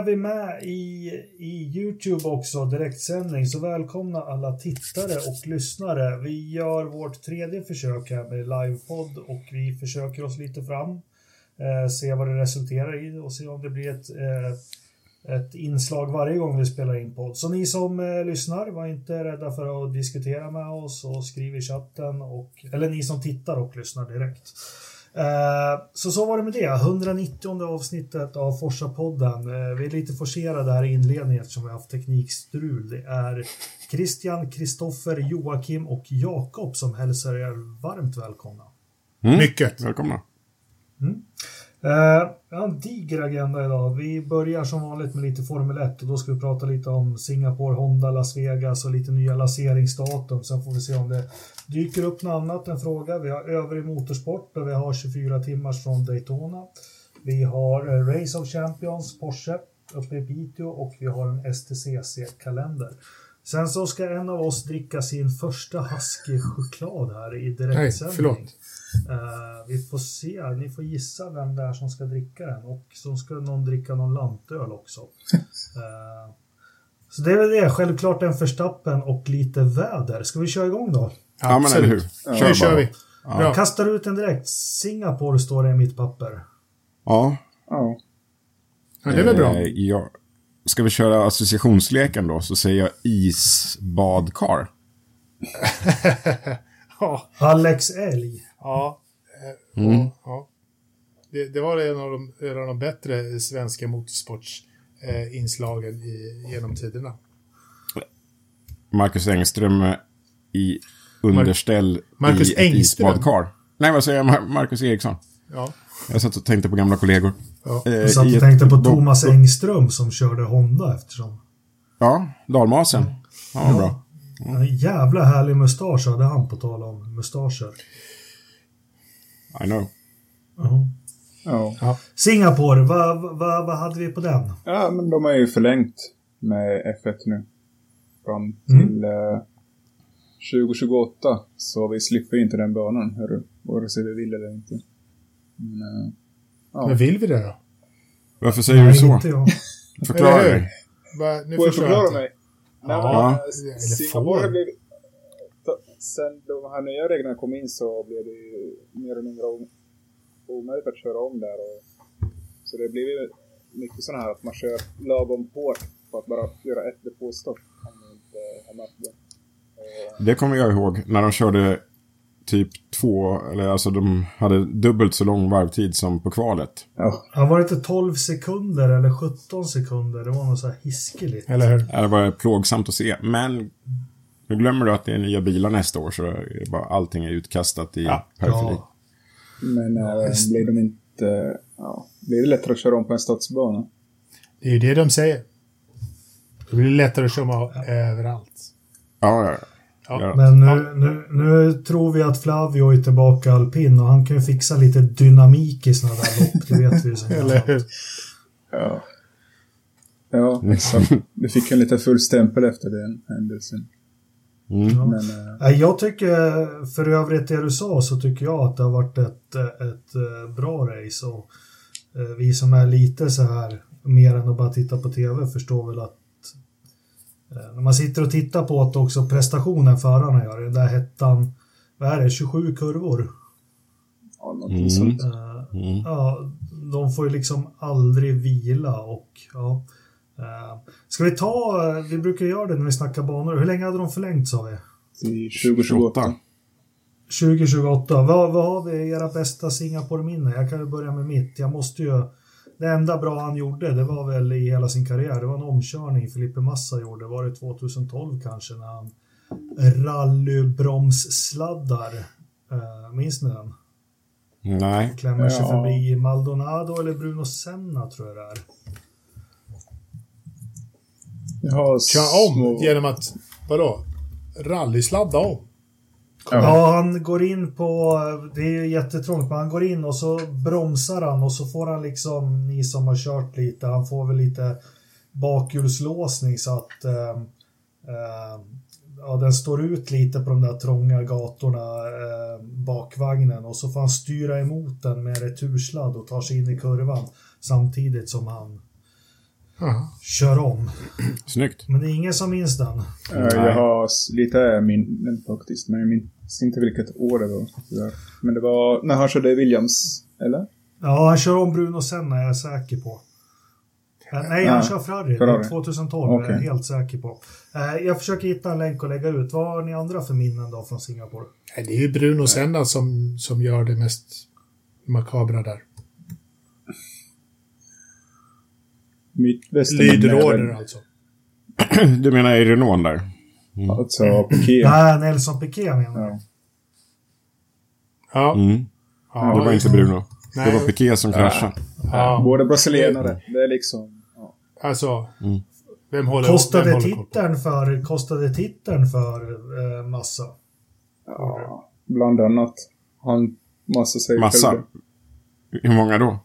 vi med i YouTube också, direktsändning. Så välkomna alla tittare och lyssnare. Vi gör vårt tredje försök här med livepodd och vi försöker oss lite fram. Se vad det resulterar i och se om det blir ett inslag varje gång vi spelar in podd. Så ni som lyssnar, var inte rädda för att diskutera med oss och skriv i chatten. Eller ni som tittar och lyssnar direkt. Så var det med det. 190 avsnittet av Forsa-podden. Vi är lite forcerade här i inledningen eftersom vi har haft teknikstrul. Det är Christian, Kristoffer, Joakim och Jakob som hälsar er varmt välkomna. Mycket välkomna. Jag har en diger agenda idag. Vi börjar som vanligt med lite Formel 1 och då ska vi prata lite om Singapore, Honda, Las Vegas och lite nya lanseringsdatum. Sen får vi se om det dyker upp något annat än fråga. Vi har övrig motorsport där vi har 24 timmars från Daytona. Vi har Race of Champions, Porsche uppe i Piteå och vi har en STCC-kalender. Sen så ska en av oss dricka sin första Husky-choklad här i direktsändning. Nej, förlåt. Vi får se, ni får gissa vem det är som ska dricka den och så ska någon dricka någon lantöl också. Så det är väl det, självklart en Verstappen och lite väder. Ska vi köra igång då? Ja, men eller hur? Kör vi. Ja. Jag kastar ut den direkt. Singapore står det i mitt papper. Ja. Det är väl bra. Ja. Ska vi köra associationsleken då så säger jag isbadkar. Ja. Alex Älg. Ja. Ja. Det var en av de bättre svenska motorsportsinslagen genom tiderna. Marcus Engström i underställ Marcus i ett isbadkar. Nej, vad säger jag? Marcus Eriksson. Ja. Jag satt och tänkte på gamla kollegor. Ja. Jag satt och tänkte på Thomas Engström som körde Honda eftersom. Ja, Dalmasen. Ja, bra. En jävla härlig mustasch hade han på tal om mustascher. I know. Ja. Singapore, vad hade vi på den? Ja, men de har ju förlängt med F1 nu. Fram till 2028. Så vi slipper inte den banan. Vare sig vi vill eller inte. Men vill vi det då? Varför säger du så? Inte jag. Förklara dig. Nu får jag förklara mig. Ja. Singapore har blivit... Sen de här nya reglerna kom in så blev det ju mer eller mindre omöjligt att köra om där. Så det blir ju mycket sådana här att man kör lagom hårt för att bara göra ett depåstopp. Det kommer jag ihåg när de körde typ 2, eller alltså de hade dubbelt så lång varvtid som på kvalet. Ja, var det inte 12 sekunder eller 17 sekunder? Det var något så här hiskeligt. Eller hur? Det var plågsamt att se. Men nu glömmer du att det är nya bilar nästa år så är det bara, allting är utkastat i periferi. Ja. Men blir de inte... Ja, blir det lättare att köra om på en stadsbana? Det är ju det de säger. Det blir lättare att köra överallt. Ja. Men nu tror vi att Flavio är tillbaka alpin och han kan ju fixa lite dynamik i sådana där lopp, det vet vi ju. Eller hur? Ja, exakt. Det fick en lite full stämpel efter den händelsen. Men, jag tycker, för övrigt det du sa, så tycker jag att det har varit ett bra race och vi som är lite så här mer än att bara titta på tv förstår väl att när man sitter och tittar på att också prestationen förarna gör, den där hettan, vad är det, 27 kurvor? Ja, någonting sånt. Ja, de får ju liksom aldrig vila och ska vi vi brukar göra det när vi snackar banor. Hur länge hade de förlängt, sa vi? Till 2028. 2028. Vad har vi era bästa Singapore-minne? Jag kan ju börja med mitt. Det enda bra han gjorde, det var väl i hela sin karriär. Det var en omkörning Felipe Massa gjorde. Var det 2012 kanske när han rallybromssladdar. Minns ni den? Nej. Klämmer sig förbi Maldonado eller Bruno Senna tror jag det är. Köra om genom att, vadå? Rallysladda om? Ja, han går in på, det är ju jättetrångt, men han går in och så bromsar han och så får han liksom, ni som har kört lite, han får väl lite bakhjulslåsning så att den står ut lite på de där trånga gatorna bakvagnen och så får han styra emot den med retursladd och tar sig in i kurvan samtidigt som han kör om. Snyggt. Men det är ingen som minns den. Jag har lite minnen faktiskt, men jag minns inte vilket år det var. Men det var när han körde Williams, eller? Ja, han kör om Bruno Senna, jag är säker på. Nej, han kör Ferrari. 2012, okay. Jag är helt säker på. Jag försöker hitta en länk och lägga ut. Vad har ni andra för minnen då från Singapore? Det är ju Bruno Senna som gör det mest makabra där. Mitt bästa Lydråder alltså. Du menar i Renault där? Mm. Alltså Piqué. Nej, Nelson Piqué menar jag. Ja. Mm. Ja, det var inte Bruno. Nej. Det var Piqué som kraschade. Ja. Båda brasilianare. Det är liksom... Ja. Alltså... Mm. Kostade titeln för Massa? Ja, bland annat. Han Massa säger Massa? själv. Hur många då?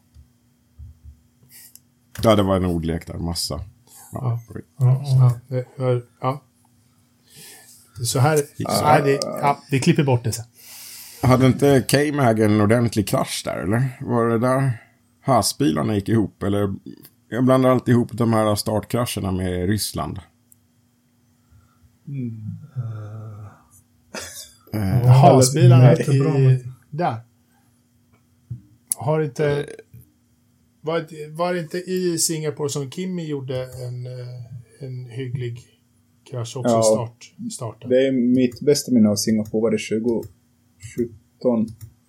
Ja, det var en ordlek där. Massa. Ja. Ja. Så här vi klipper bort det sen. Hade inte K-Mag en ordentlig krasch där, eller? Var det där Haas-bilarna gick ihop? Eller jag blandar alltid ihop de här startkrascherna med Ryssland. Haas-bilarna där. Har inte... Var det inte i Singapore som Kimi gjorde en hygglig krasch också i starten? Det är mitt bästa minne av Singapore var det 2017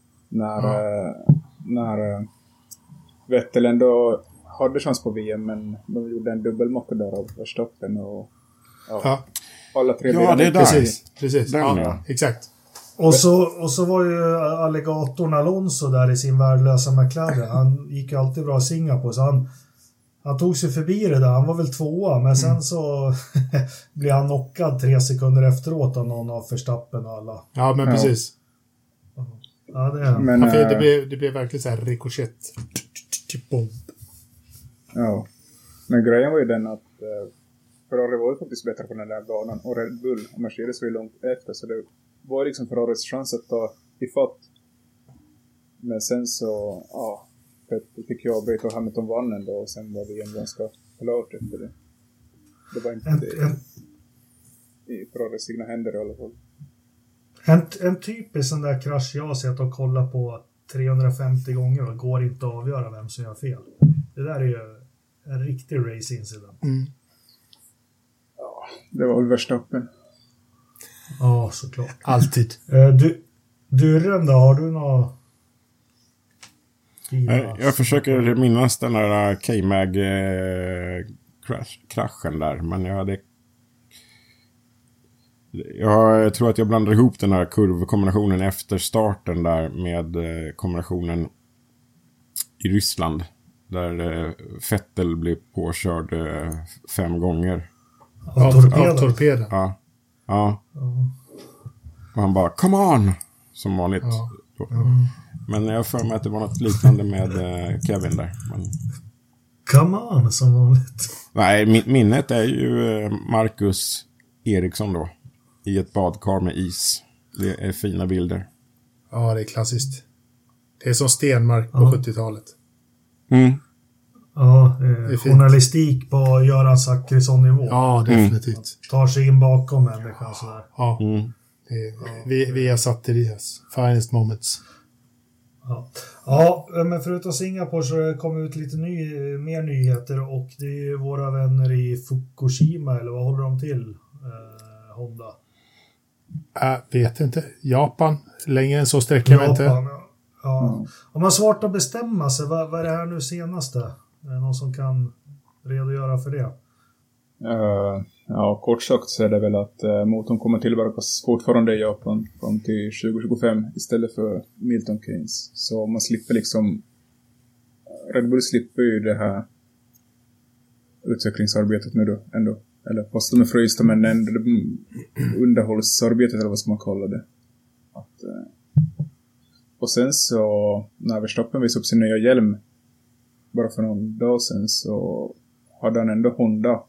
när Vettel ändå hade chans på VM, men de gjorde en dubbelmocka där av Verstappen och alla tre bilar. Ja, det är där. Precis. Ja, exakt. Och så var ju alligatorn Alonso där i sin värdelösa McLaren. Han gick ju alltid bra i Singapore, så han tog sig förbi det där. Han var väl 2:a, men sen så blev han knockad 3 sekunder efteråt av någon av Verstappen och alla. Ja, men precis. Ja, det blev verkligen så här rikoschett. Ja. Men grejen var ju den att Ferrari var ju faktiskt bättre på den där banan, och Red Bull och Mercedes var ju långt efter, så det var liksom Ferraris chans att ta ifatt. Men sen så fick jag byta och Hamilton vann ändå, och sen var det en ganska klart efter det. Det var inte i Ferraris egna händer i alla fall. En typisk sån där krasch jag har sett och kollat på 350 gånger och går inte att avgöra vem som gör fel. Det där är ju en riktig race-incident. Mm. Ja, det var väl Verstappen. Ja, såklart. Alltid. Durren då, har du något? Jag försöker minnas den här K-Mag kraschen där, men jag tror att jag blandar ihop den här kurvkombinationen efter starten där med kombinationen i Ryssland där Vettel blev påkörd 5 gånger. Av torpeden. Ja. Och han bara, come on! Som vanligt. Ja. Men jag för mig att det var något liknande med Kevin där. Men... Come on, som vanligt. Nej, minnet är ju Marcus Eriksson då. I ett badkar med is. Det är fina bilder. Ja, det är klassiskt. Det är som Stenmark på 70-talet. Mm. Ja, journalistik på Göran Zachrisson-nivå. Ja, definitivt. Tar sig in bakom människan sådär. Ja. Vi har satt i deras finest moments. Ja, men förutom Singapore så kom ut lite mer nyheter, och det är ju våra vänner i Fukushima, eller vad håller de till? Honda. Jag vet inte. Japan. Längre än så sträcker jag inte. Ja. Om man har svårt att bestämma sig, vad är det här nu senaste? Är det någon som kan redogöra för det? Kort sagt så är det väl att motorn kommer tillverkas fortfarande i Japan fram till 2025 istället för Milton Keynes. Så man slipper liksom... Red Bull slipper ju det här utvecklingsarbetet nu då ändå. Eller fast de är frysta, men ändå underhållsarbetet eller vad ska man kalla det. Och sen så när Verstappen visade upp sin nya hjälm bara för någon dag sen, så hade han ändå Honda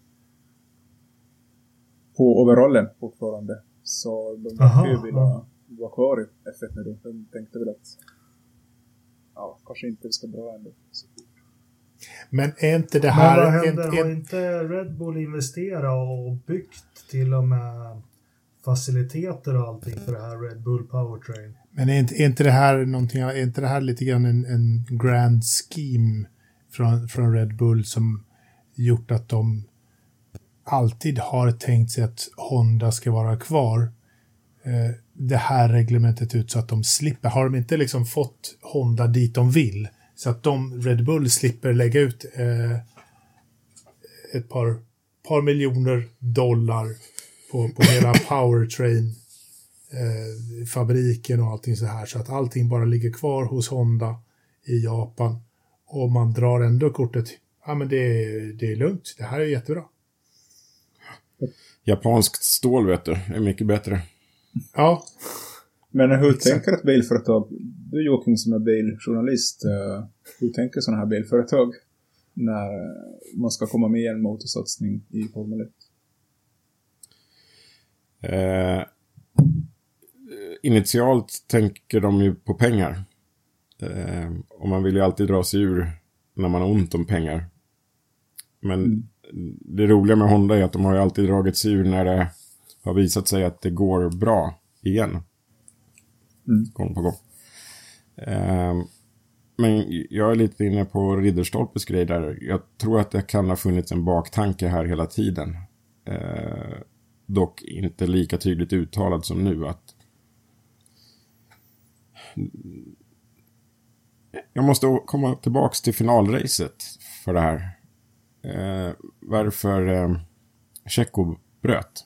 på overallen fortfarande. Så de ville vara kvar i F1 nu. De tänkte väl att kanske inte vi ska dra ändå. Men är inte det här... Men vad händer? Har inte Red Bull investerat och byggt till och med faciliteter och allting för det här Red Bull Powertrain? Men är inte det här någonting, är inte det här lite grann en grand scheme från Red Bull som gjort att de alltid har tänkt sig att Honda ska vara kvar det här reglementet ut så att de slipper. Har de inte liksom fått Honda dit de vill så att Red Bull slipper lägga ut ett par miljoner dollar på hela powertrain fabriken och allting så här så att allting bara ligger kvar hos Honda i Japan och man drar ändå kortet. Ja, men det är lugnt. Det här är jättebra. Japanskt stål, vet du, är mycket bättre. Ja. Men hur tänker ett bilföretag? Du Joakim som är biljournalist. Hur tänker sådana här bilföretag när man ska komma med i en motorsatsning i Formel 1? Initialt tänker de ju på pengar. Och man vill ju alltid dra sig ur när man har ont om pengar. Men det roliga med Honda är att de har ju alltid dragit sig ur när det har visat sig att det går bra igen. Gång på gång. Men jag är lite inne på Ridderstolpes grej där. Jag tror att det kan ha funnits en baktanke här hela tiden. Dock inte lika tydligt uttalad som nu. Att jag måste komma tillbaks till finalracet för det här. Varför Checo bröt.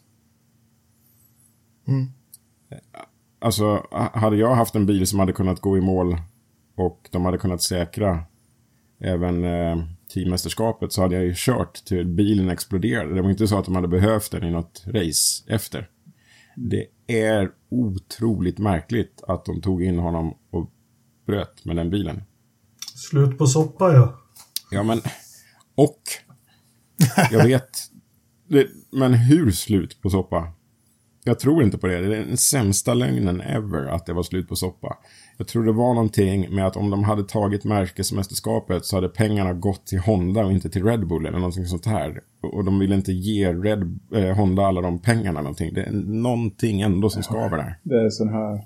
Alltså, hade jag haft en bil som hade kunnat gå i mål och de hade kunnat säkra även teammästerskapet så hade jag ju kört till bilen exploderade. Det var inte så att de hade behövt den i något race efter. Det är otroligt märkligt att de tog in honom och bröt med den bilen. Slut på soppa, ja. Ja, men... Och... Jag vet... men hur slut på soppa? Jag tror inte på det. Det är den sämsta lögnen ever att det var slut på soppa. Jag tror det var någonting med att om de hade tagit märkesmästerskapet så hade pengarna gått till Honda och inte till Red Bull eller någonting sånt här. Och de ville inte ge Honda alla de pengarna någonting. Det är någonting ändå som skaver där. Det är sån här...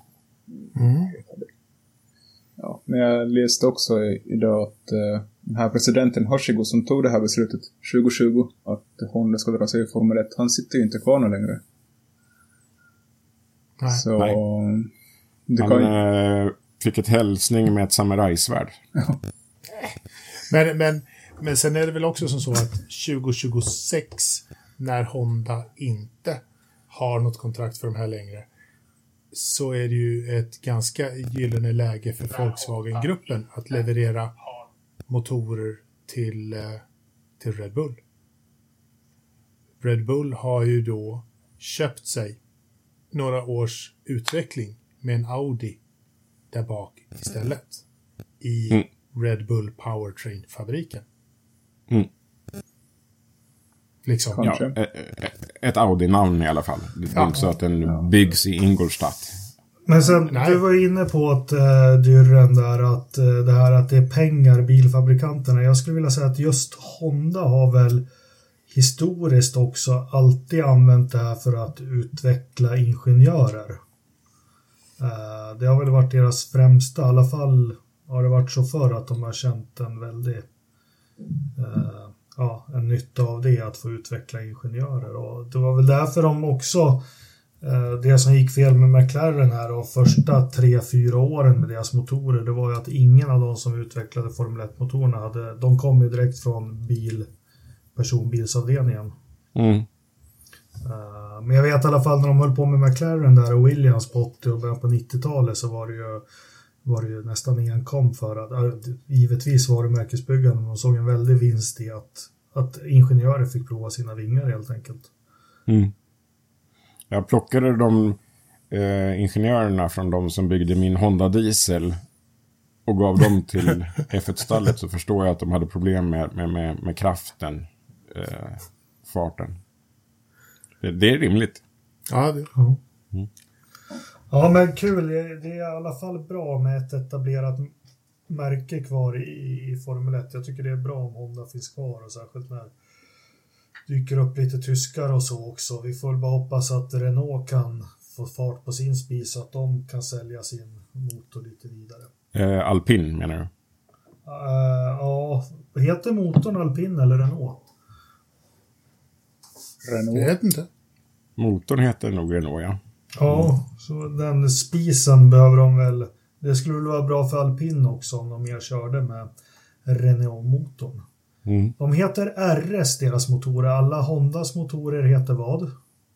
Ja, men jag läste också idag att den här presidenten Hashiko som tog det här beslutet 2020 att Honda ska dra sig i Formel 1, han sitter ju inte kvar nu längre. Nej. Så... Nej. Han fick ett hälsning med ett samurajsvärd. Ja. Men sen är det väl också som så att 2026 när Honda inte har något kontrakt för de här längre så är det ju ett ganska gyllene läge för Volkswagen-gruppen att leverera motorer till Red Bull. Red Bull har ju då köpt sig några års utveckling med en Audi där bak istället i Red Bull Powertrain-fabriken. Liksom. Ja, ett Audi-namn i alla fall. Det är inte så att den byggs i Ingolstadt. Men sen, du var inne på att Dyrren där, att det här att det är pengar bilfabrikanterna. Jag skulle vilja säga att just Honda har väl historiskt också alltid använt det här för att utveckla ingenjörer. Det har väl varit deras främsta, i alla fall har det varit så för att de har känt en väldigt en nytta av det, att få utveckla ingenjörer. Och det var väl därför de också det som gick fel med McLaren här och första 3-4 åren med deras motorer, det var ju att ingen av de som utvecklade Formel 1-motorerna de kom ju direkt från personbilsavdelningen. Men jag vet i alla fall när de höll på med McLaren där och Williams på 80 och början på 90-talet så var det ju nästan ingen kom för att givetvis var det märkesbyggande, men de såg en väldig vinst i att ingenjörer fick prova sina vingar helt enkelt. Jag plockade de ingenjörerna från de som byggde min Honda Diesel och gav dem till F1-stallet, så förstår jag att de hade problem med kraften, farten. Det är rimligt. Ja, det. Ja, men kul. Det är i alla fall bra med ett etablerat märke kvar i Formel 1. Jag tycker det är bra om Honda finns kvar och särskilt när dyker upp lite tyskar och så också. Vi får bara hoppas att Renault kan få fart på sin spis så att de kan sälja sin motor lite vidare. Alpin menar du? Ja, heter motorn Alpin eller Renault? Renault. Jag vet inte. Motorn heter nog Renault, ja. Ja, så den spisen behöver de väl. Det skulle väl vara bra för Alpin också om de mer körde med Renault-motorn. Mm. De heter RS, deras motorer. Alla Hondas motorer heter vad?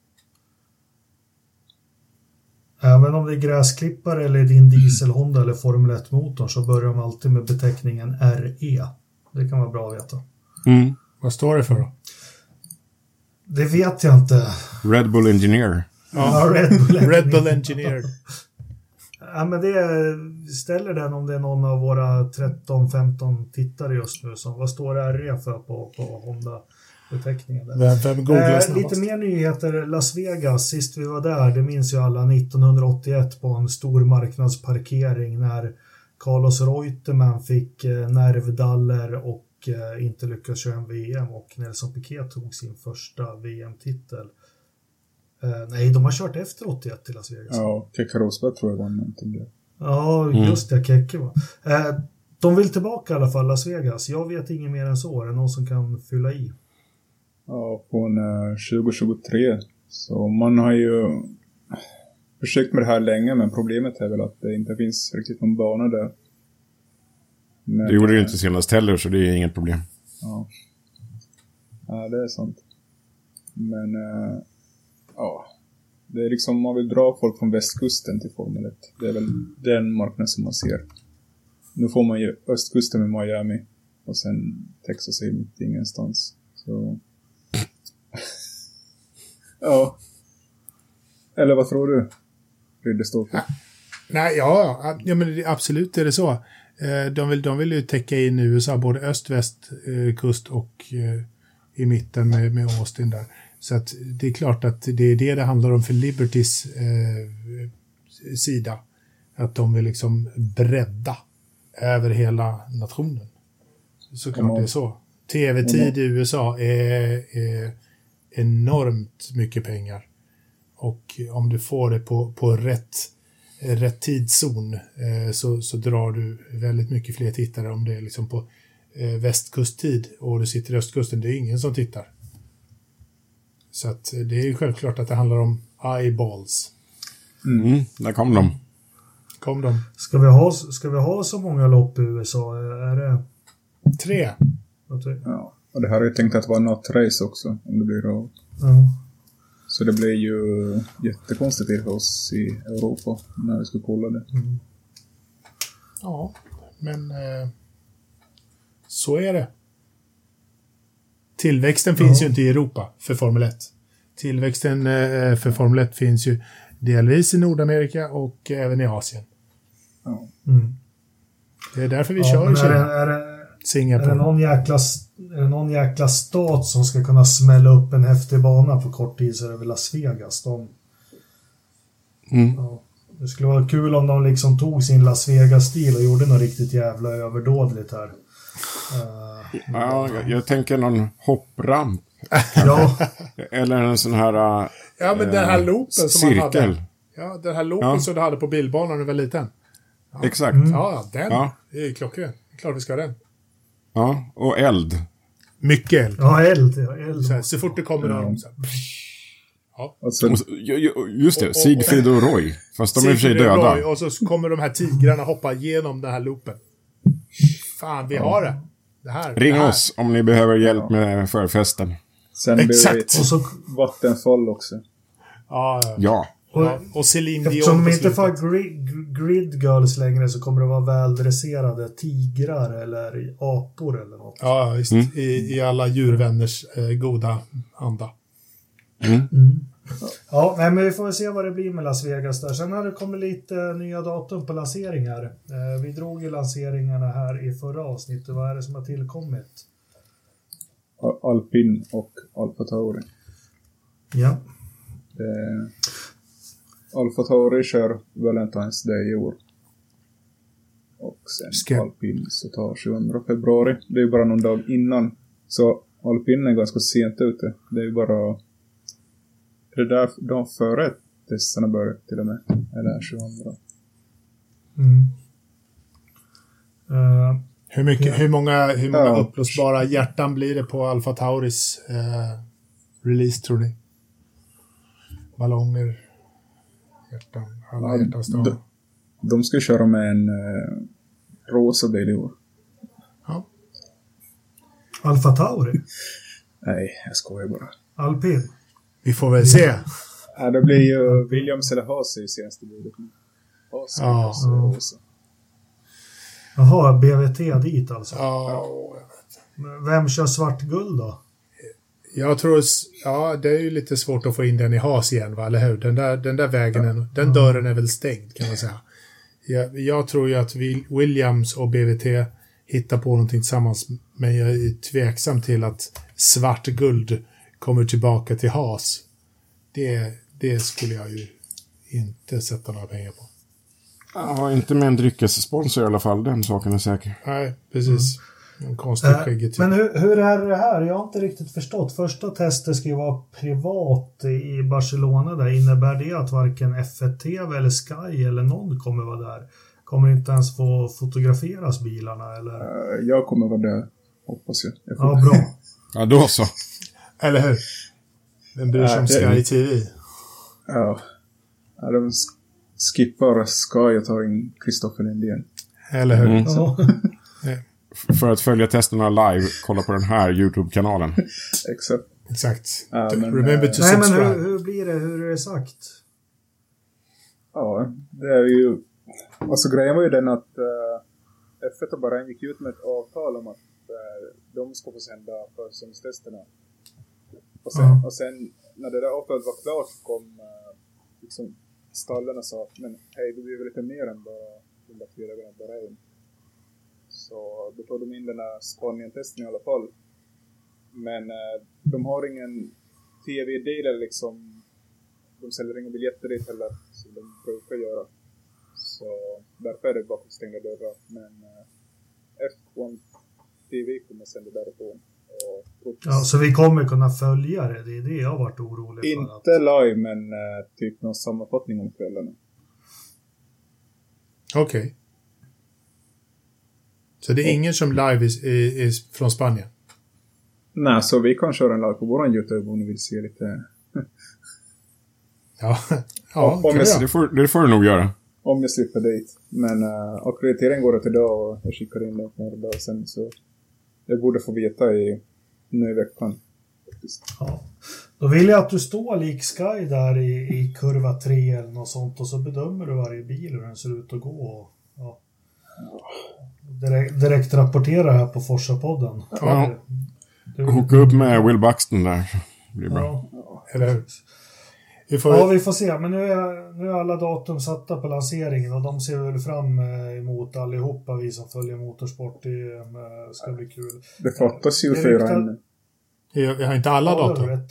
Även om det är gräsklippare eller din diesel Honda eller Formel 1-motorn så börjar de alltid med beteckningen RE. Det kan vara bra att veta. Mm. Vad står det för då? Det vet jag inte. Red Bull Engineer. Ja, Red Bull Engineer. Ja, men det ställer den om det är någon av våra 13-15 tittare just nu. Som, vad står RE för på Honda-beteckningen där? Vem googlar snabbast? Lite mer nyheter. Las Vegas, sist vi var där, det minns ju alla 1981 på en stor marknadsparkering när Carlos Reutemann fick nervdaller och inte lyckades köra en VM och Nelson Piquet tog sin första VM-titel. Nej, de har kört efter 81 till Las Vegas. Ja, Keke Rosberg tror jag var någonting där. Ja, just det, Keke var. De vill tillbaka i alla fall, Las Vegas. Jag vet inget mer än så. Är det någon som kan fylla i? Ja, från 2023. Så man har ju försökt med det här länge, men problemet är väl att det inte finns riktigt någon bana där. Men, Det gjorde det inte senast heller, så det är inget problem. Ja, ja det är sant. Men ja, det är liksom man vill dra folk från västkusten till Formel 1. Det är väl den marknaden som man ser. Nu får man ju östkusten med Miami och sen Texas är mitt ingenstans. Så ja. Eller vad tror du? Det står för. Nej, ja men absolut är det så. De vill ju täcka in USA, både öst-väst kust och i mitten med Austin där. Så att det är klart att det är det handlar om för Libertys sida. Att de vill liksom bredda över hela nationen. Såklart det är så. TV-tid i USA är enormt mycket pengar. Och om du får det på rätt tidszon så drar du väldigt mycket fler tittare. Om det är liksom på västkusttid och du sitter i östkusten, det är ingen som tittar. Så att det är ju självklart att det handlar om eyeballs. Där kom de. Kom de? Ska vi ha så många lopp i USA? Är det 3? Ja, och det här är ju tänkt att vara något race också, om det blir av. Ja. Så det blir ju jättekonstigt för oss i Europa när vi ska kolla det. Mm. Ja, men så är det. Tillväxten finns ju inte i Europa för Formel 1. Tillväxten för Formel 1 finns ju delvis i Nordamerika och även i Asien. Ja. Mm. Det är därför vi kör i Kina. Är det någon jäkla stat som ska kunna smälla upp en häftig bana på kort tid så är det väl Las Vegas. Ja, det skulle vara kul om de liksom tog sin Las Vegas-stil och gjorde något riktigt jävla överdådligt här. Ja, jag tänker någon hoppramp. Ja. Eller en sån här ja, men den här loopen som cirkel. man hade. Ja, den här loopen som du hade på bilbanan när du var liten. Ja. Exakt. Ja, den. Ja. Det är klockren. Klart vi ska ha den. Ja, och eld. Mycket eld. Ja, eld. Så fort det kommer någon så här, Och just det, Siegfried och Roy. Fast de är i och för sig döda. Roy, och så kommer de här tigrarna hoppa igenom den här loopen. Fan, vi har det. Ring oss om ni behöver hjälp med förfesten. Sen blir det Och så vattenfall också. Ja. Och Celine Dion. Eftersom de inte får grid girls längre så kommer det vara väldresserade tigrar eller apor eller något. Ja, visst. I alla djurvänners goda anda. Ja, nej, men vi får se vad det blir med Las Vegas där. Sen har det kommit lite nya datum på lanseringar. Vi drog ju lanseringarna här i förra avsnittet. Vad är det som har tillkommit? Alpin och Alfa Tauri. Ja. Alfa Tauri kör Valentine's Day i år. Och sen alpin så tar 7 februari. Det är ju bara någon dag innan. Så alpin är ganska sent ute. Det är ju bara... Det är där dagen före testerna börjar till och med. Eller 7. Hur många upplösbara hjärtan blir det på Alfa Tauris release, tror ni? Ballonger, hjärtan, alla hjärtans dagar. De ska köra med en rosa bil i år. Ja. Alfa Tauri? Nej, jag skojar bara. Alpin? Vi får väl se. Ja, det blir ju Williams eller Haas i senaste bilen. Haas rosa. Jaha, BVT dit alltså. Ja. Vem kör svart guld då? Jag tror, det är ju lite svårt att få in den i Haas igen, va? Eller hur? Den där vägen, den dörren är väl stängd, kan man säga. Jag tror ju att Williams och BVT hittar på någonting tillsammans, men jag är tveksam till att svart guld kommer tillbaka till Haas. Det skulle jag ju inte sätta några pengar på. Ja, inte med en dryckessponsor i alla fall, den saken är säker. Nej, precis. En konstig skägget. Men hur är det här? Jag har inte riktigt förstått. Första testet ska ju vara privat i Barcelona. Där. Innebär det att varken F1-TV eller Sky eller någon kommer vara där? Kommer inte ens få fotograferas bilarna? Eller? Jag kommer vara där, hoppas jag. Ja, bra. Ja, då så. Eller hur? Den bryr sig om Sky TV. Ja, de skippar Sky och tar in Kristoffer Lindén. Eller hur? Ja. För att följa testerna live, kolla på den här YouTube-kanalen. Exakt. Remember to nej, subscribe. men hur blir det? Hur är det sagt? Ja, det är ju... Alltså grejen var ju den att F1 och Bahrain gick ut med ett avtal om att de ska få sända försäsongstesterna. Och sen när det där avtalet var klart kom liksom stallen och sa men hej, det blir lite mer än bara 4 dagar Bahrain. Så då tog de in den här Spanien-testen i alla fall. Men de har ingen tv-del eller liksom, de säljer inga biljetter dit heller som de brukar göra. Så därför är det bakom stängda dörrar. Men F1 TV kommer sända därifrån. Ja, så vi kommer kunna följa det. Det är det jag har varit orolig för. Inte live, men typ någon sammanfattning om kvällarna. Okej. Så det är ingen som live är från Spanien? Nej, så vi kan köra en live på våran YouTube om ni vill se lite. Ja, det får du nog göra. Om jag slipper dit. Men akkrediteringen går det idag och jag skickar in det några dagar sen. Så jag borde få veta nu i veckan. Ja. Då vill jag att du står lik Sky där i kurva 3 eller något sånt och så bedömer du varje bil hur den ser ut att gå. Och, ja. Direkt rapportera här på Forsa-podden. Ja. Hooka upp med Will Buxton där. Det blir bra. Ja. Eller hur? Vi får se. Men nu är alla datum satta på lanseringen och de ser väl fram emot allihopa, vi som följer motorsport. Det ska bli kul. Det fattas ju 4 ännu. Jag har inte alla datum. Rätt.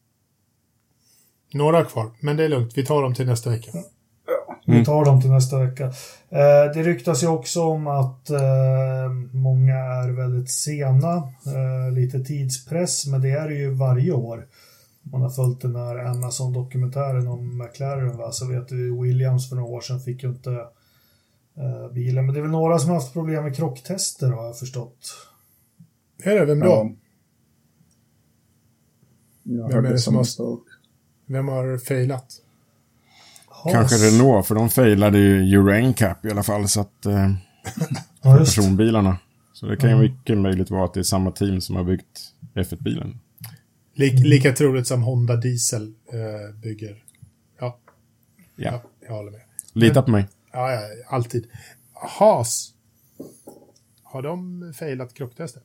Några kvar, men det är lugnt. Vi tar dem till nästa vecka. Vi tar dem till nästa vecka. Det ryktas ju också om att många är väldigt sena. Lite tidspress, men det är det ju varje år. Man har följt den här Amazon-dokumentären om McLaren, va? Så vet du, Williams för några år sedan fick ju inte bilen. Men det är väl några som har haft problem med krocktester, har jag förstått. Är det? Vem då? Vem har failat? Kanske Renault, för de failade ju Euro NCAP i alla fall, så att personbilarna. Så det kan ju mycket möjligt vara att det är samma team som har byggt F1-bilen. Lika troligt som Honda Diesel bygger. Ja, jag håller med. Lita på mig. Ja, alltid. Haas. Har de failat krocktester?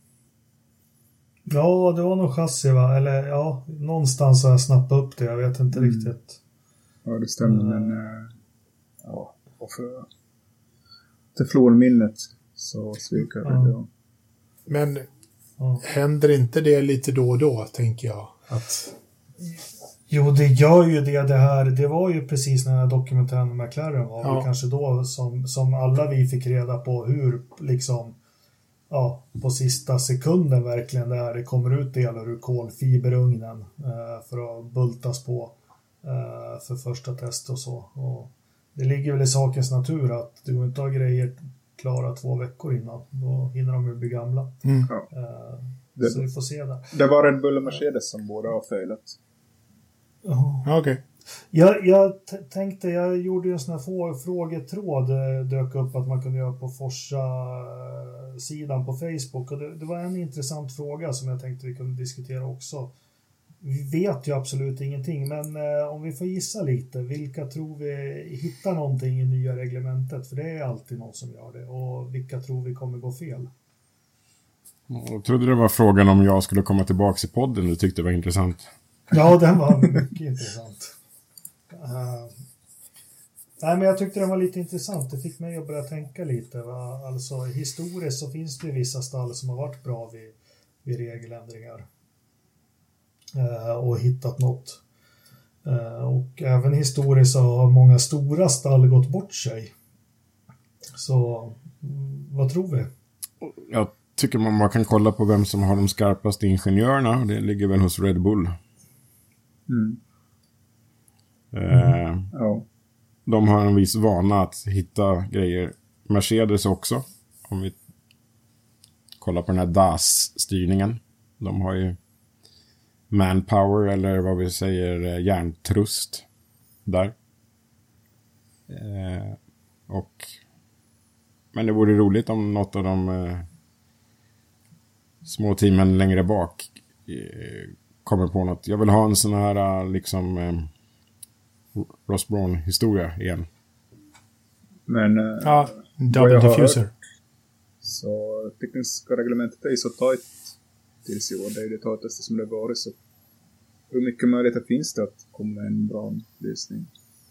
Ja, det var nog chassi, va? Eller ja, någonstans har jag snappat upp det. Jag vet inte riktigt. Ja, det stämmer. Men och för till florminnet så svikar det. Ja. Men händer inte det lite då och då, tänker jag? Att Jo, det gör ju det här. Det var ju precis när dokumentären med McLaren var. Ja. Kanske då som alla vi fick reda på hur liksom på sista sekunden verkligen där det kommer ut delar ur kolfiberugnen för att bultas på för första test och så. Och det ligger väl i sakens natur att du inte har grejer klara 2 veckor innan. Då hinner de ju bli gamla. Så vi får se där. Det var Red Bull och Mercedes som båda har failat. Okej. Jag tänkte, jag gjorde ju en sån här frågetråd dök upp att man kunde göra på Forsa-sidan på Facebook och det var en intressant fråga som jag tänkte vi kunde diskutera också. Vi vet ju absolut ingenting, men om vi får gissa lite, vilka tror vi hittar någonting i nya reglementet? För det är alltid någon som gör det. Och vilka tror vi kommer gå fel? Jag trodde det var frågan om jag skulle komma tillbaka i podden. Du tyckte det var intressant. Ja, den var mycket intressant. Nej, men jag tyckte den var lite intressant. Det fick mig att börja tänka lite. Va? Alltså, historiskt så finns det ju vissa stall som har varit bra vid regeländringar. Och hittat något. Och även historiskt så har många stora stall gått bort sig. Så vad tror vi? Jag tycker man bara kan kolla på vem som har de skarpaste ingenjörerna. Det ligger väl hos Red Bull. De har en viss vana att hitta grejer. Mercedes också. Om vi kollar på den här DAS-styrningen. De har ju manpower eller vad vi säger hjärntrust där. Men det vore roligt om något av de små teamen längre bak kommer på något. Jag vill ha en sån här liksom Ross Brawn-historia igen. Men double diffuser. Så tekniska reglementet är så tajt tills i år. Det är det tajtaste som det varit. Så hur mycket möjligheter finns det att komma med en bra lösning?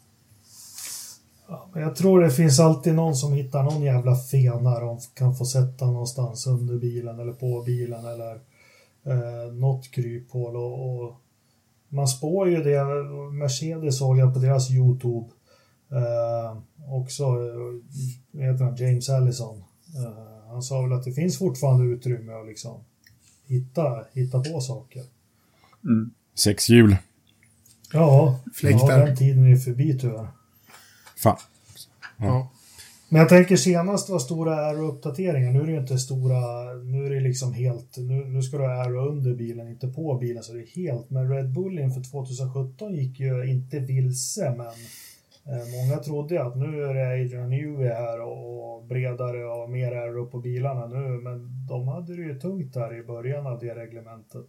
Ja, men jag tror det finns alltid någon som hittar någon jävla fena de kan få sätta någonstans under bilen eller på bilen eller något kryphål och man spår ju det. Mercedes såg jag på deras YouTube också heter han James Allison. Han sa väl att det finns fortfarande utrymme att liksom hitta på saker. 6 hjul. Ja, den tiden är förbi tyvärr. Fan. Ja. Men jag tänker senast var stora aero-uppdateringar. Nu är det ju inte stora, nu är det liksom helt, nu ska du ha aero under bilen, inte på bilen, så det är helt. Men Red Bull inför 2017 gick ju inte vilse, men många trodde att nu är det Adrian Newey här och bredare och mer aero på bilarna nu, men de hade det ju tungt där i början av det reglementet.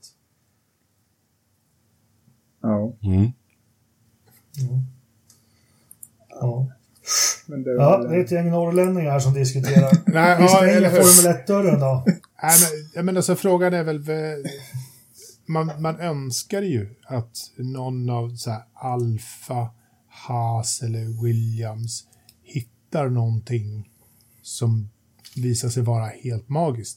Ja. Ja. Men det är ett gäng norrlänningar som diskuterar. Vi stänger Formel 1-dörren då. Nej, men alltså frågan är väl man önskar ju att någon av så här Alfa, Haas eller Williams hittar någonting som visar sig vara helt magiskt.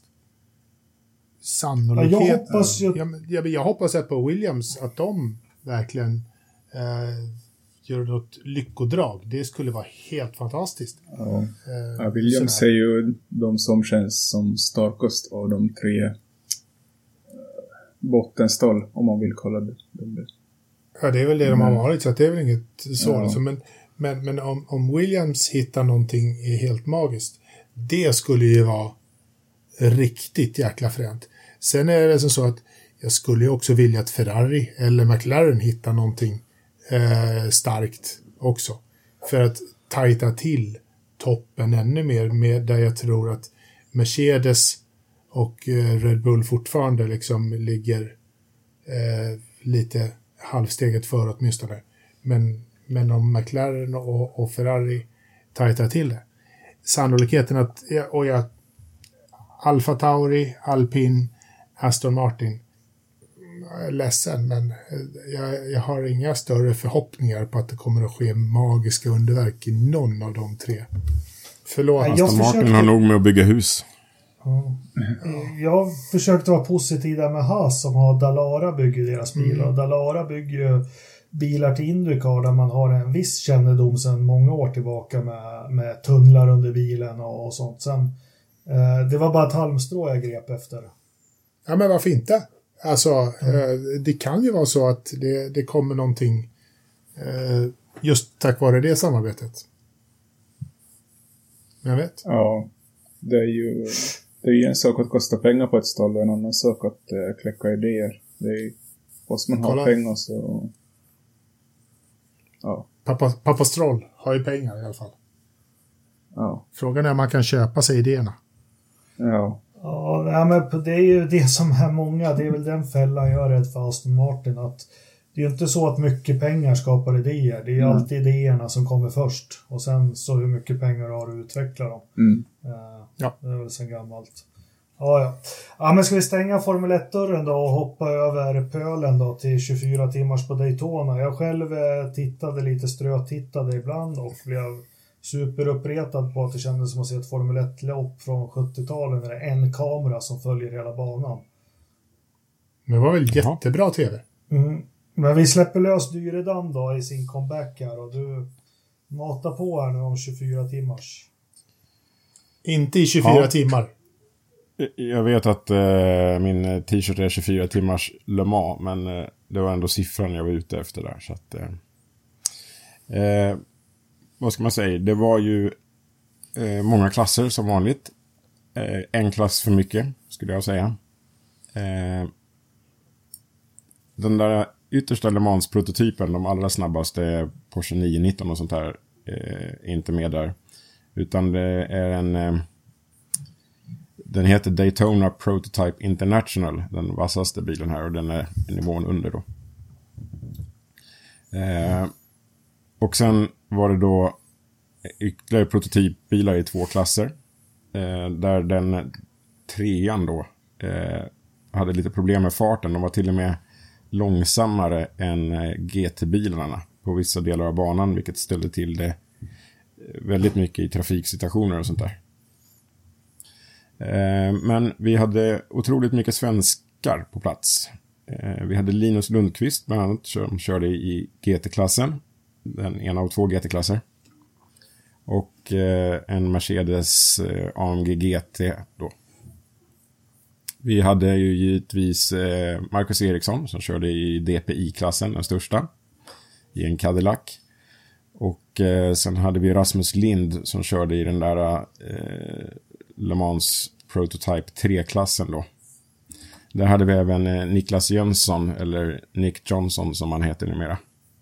Sannolikheten. Jag hoppas att på Williams att de verkligen gör något lyckodrag. Det skulle vara helt fantastiskt. Ja, Williams är ju de som känns som starkast av de 3 bottenstall, om man vill kolla det. Ja, det är väl det de har varit, så att det är väl inget så. Alltså, men om Williams hittar någonting helt magiskt, det skulle ju vara riktigt jäkla fränt. Sen är det så att jag skulle ju också vilja att Ferrari eller McLaren hittar någonting starkt också. För att tajta till toppen ännu mer, med där jag tror att Mercedes och Red Bull fortfarande liksom ligger lite halvsteget för åtminstone. Men om McLaren och Ferrari tajtar till det. Sannolikheten att Alfa Tauri, Alpine, Aston Martin, jag är ledsen, men jag har inga större förhoppningar på att det kommer att ske magiska underverk i någon av de 3. Förlåt. Aston Martin har nog med att bygga hus. Jag försökte vara positiv där med Haas som har Dallara bygger deras bilar. Och Dallara bygger ju bilar till Indycar där man har en viss kännedom sedan många år tillbaka med tunnlar under bilen och sånt. Sen, det var bara ett halmstrå jag grep efter. Ja, men varför inte? Alltså, det kan ju vara så att det kommer någonting just tack vare det samarbetet. Jag vet. Ja, det är ju en sak att kosta pengar på ett stall och en annan sak att kläcka idéer. Det är måste man ha pengar så... Ja. Pappa Stroll har ju pengar i alla fall. Ja. Frågan är om man kan köpa sig idéerna. Ja. Ja, men det är ju det som är många. Det är väl den fällan jag är rädd för Aston Martin. Att det är ju inte så att mycket pengar skapar idéer. Det är ju alltid idéerna som kommer först. Och sen så hur mycket pengar har du att utveckla dem. Ja. Det är väl sen gammalt. Ja. Men ska vi stänga Formel 1-dörren då och hoppa över pölen då till 24 timmars på Daytona. Jag själv tittade lite strötittade ibland och blev superuppretad på att det kändes som att se ett Formel 1-lopp från 70-talet när det är en kamera som följer hela banan. Men det var väl jättebra tv. Men vi släpper lös Dyredam då i sin comeback här och du matar på här nu om 24 timmars. Inte i 24 timmar. Jag vet att min t-shirt är 24 timmars Le Mans, men det var ändå siffran jag var ute efter där. Så att, vad ska man säga? Det var ju många klasser som vanligt. En klass för mycket, skulle jag säga. Den där yttersta Le Mans-prototypen, de allra snabbaste Porsche 919 och sånt där, är inte med där. Utan det är den heter Daytona Prototype International, den vassaste bilen här, och den är nivån under då. Och sen var det då ytterligare prototypbilar i 2 klasser. Där den 3an då hade lite problem med farten. De var till och med långsammare än GT-bilarna på vissa delar av banan, vilket ställde till det väldigt mycket i trafiksituationer och sånt där. Men vi hade otroligt mycket svenskar på plats. Vi hade Linus Lundqvist bland annat som körde i GT-klassen. Den ena av 2 GT-klasser. Och en Mercedes AMG GT då. Vi hade ju givetvis Marcus Eriksson som körde i DPI-klassen, den största. I en Cadillac. Och sen hade vi Rasmus Lind som körde i den där Le Mans Prototype 3-klassen då. Där hade vi även Niklas Jönsson, eller Nick Johnson som han heter numera.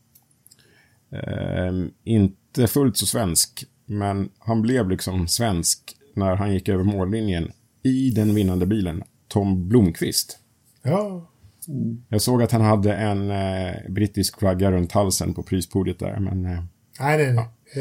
Inte fullt så svensk, men han blev liksom svensk när han gick över mållinjen i den vinnande bilen, Tom Blomqvist. Ja. Jag såg att han hade en brittisk flagga runt halsen på prispodiet där, men... Nej.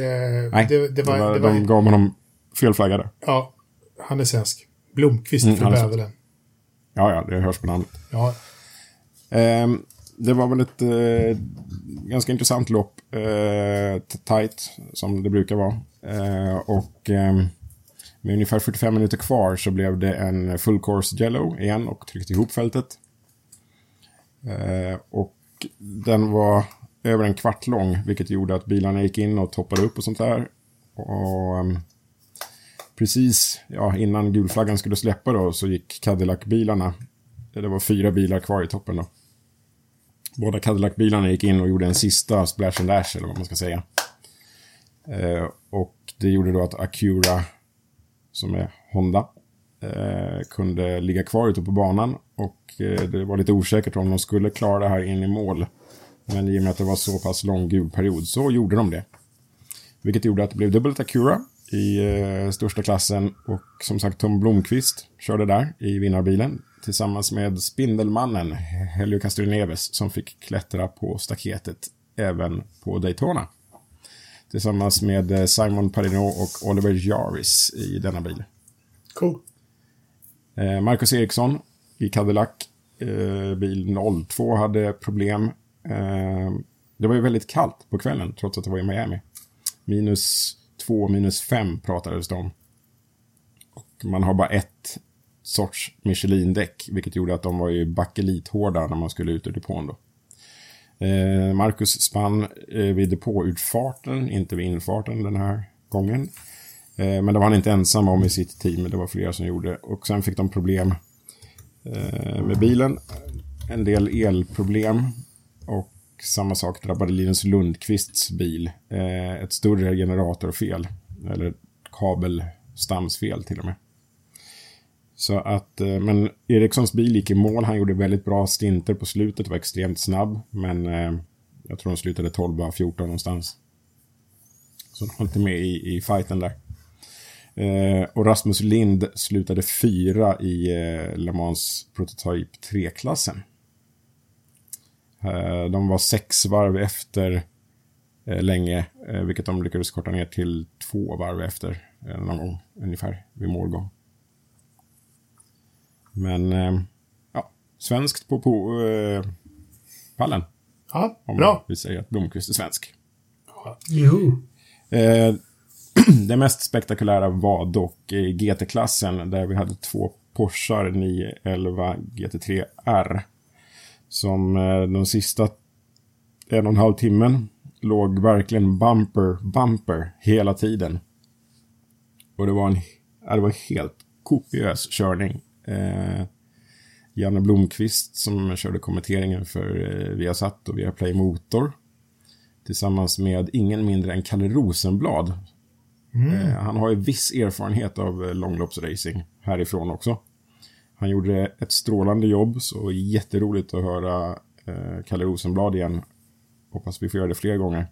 De gav honom fel flagga där. Ja, han är svensk. Blomqvist för bävelen. Ja, det hörs på namnet. Ja. Det var väl ett ganska intressant lopp. Tight, som det brukar vara. Och med ungefär 45 minuter kvar så blev det en full course yellow igen och tryckte ihop fältet. Och den var över en kvart lång, vilket gjorde att bilarna gick in och toppade upp och sånt där. Och precis innan gulflaggan skulle släppa då, så gick Cadillac-bilarna. Det var 4 bilar kvar i toppen då. Båda Cadillac-bilarna gick in och gjorde en sista splash and dash, eller vad man ska säga. Och det gjorde då att Acura, som är Honda, kunde ligga kvar ute på banan. Och det var lite osäkert om de skulle klara det här in i mål. Men i och med att det var så pass lång gul period så gjorde de det. Vilket gjorde att det blev dubbelt Acura i största klassen. Och som sagt, Tom Blomqvist körde där i vinnarbilen tillsammans med Spindelmannen Helio Castroneves, som fick klättra på staketet även på Daytona. Tillsammans med Simon Pagenaud och Oliver Jarvis i denna bil. Cool. Marcus Eriksson i Cadillac, bil 02, hade problem. Det var ju väldigt kallt på kvällen trots att det var i Miami. -2, -5 pratades det om. Och man har bara ett sorts Michelin-däck, vilket gjorde att de var ju bakelit hårda när man skulle ut ur depån då. Marcus spann vid depåutfarten, inte vid infarten den här gången. Men det var han inte ensam om i sitt team, det var flera som gjorde. Och sen fick de problem med bilen, en del elproblem, och samma sak drabbade Linus Lundqvists bil. Ett större generatorfel, eller kabelstamsfel till och med. Så att, men Erikssons bil gick i mål, han gjorde väldigt bra stinter på slutet, var extremt snabb, men jag tror de slutade 12-14 någonstans. Så de var inte med i fighten där. Och Rasmus Lind slutade 4 i Le Mans Prototype 3-klassen. De var 6 varv efter länge, vilket de lyckades korta ner till 2 varv efter någon gång ungefär vid målgång. Men ja, svenskt på pallen. Ja, om bra. Vi säger att Blomqvist är svensk. Jo. Det mest spektakulära var dock i GT-klassen, där vi hade 2 Porsche 911 GT3 R som de sista 1,5 timmen låg verkligen bumper hela tiden. Och det var helt kopiös körning. Janne Blomqvist som körde kommenteringen för Viasat och Viaplay Motor tillsammans med ingen mindre än Kalle Rosenblad. Han har ju viss erfarenhet av långloppsracing härifrån också. Han gjorde ett strålande jobb, så jätteroligt att höra Kalle Rosenblad igen. Hoppas vi får göra det fler gånger.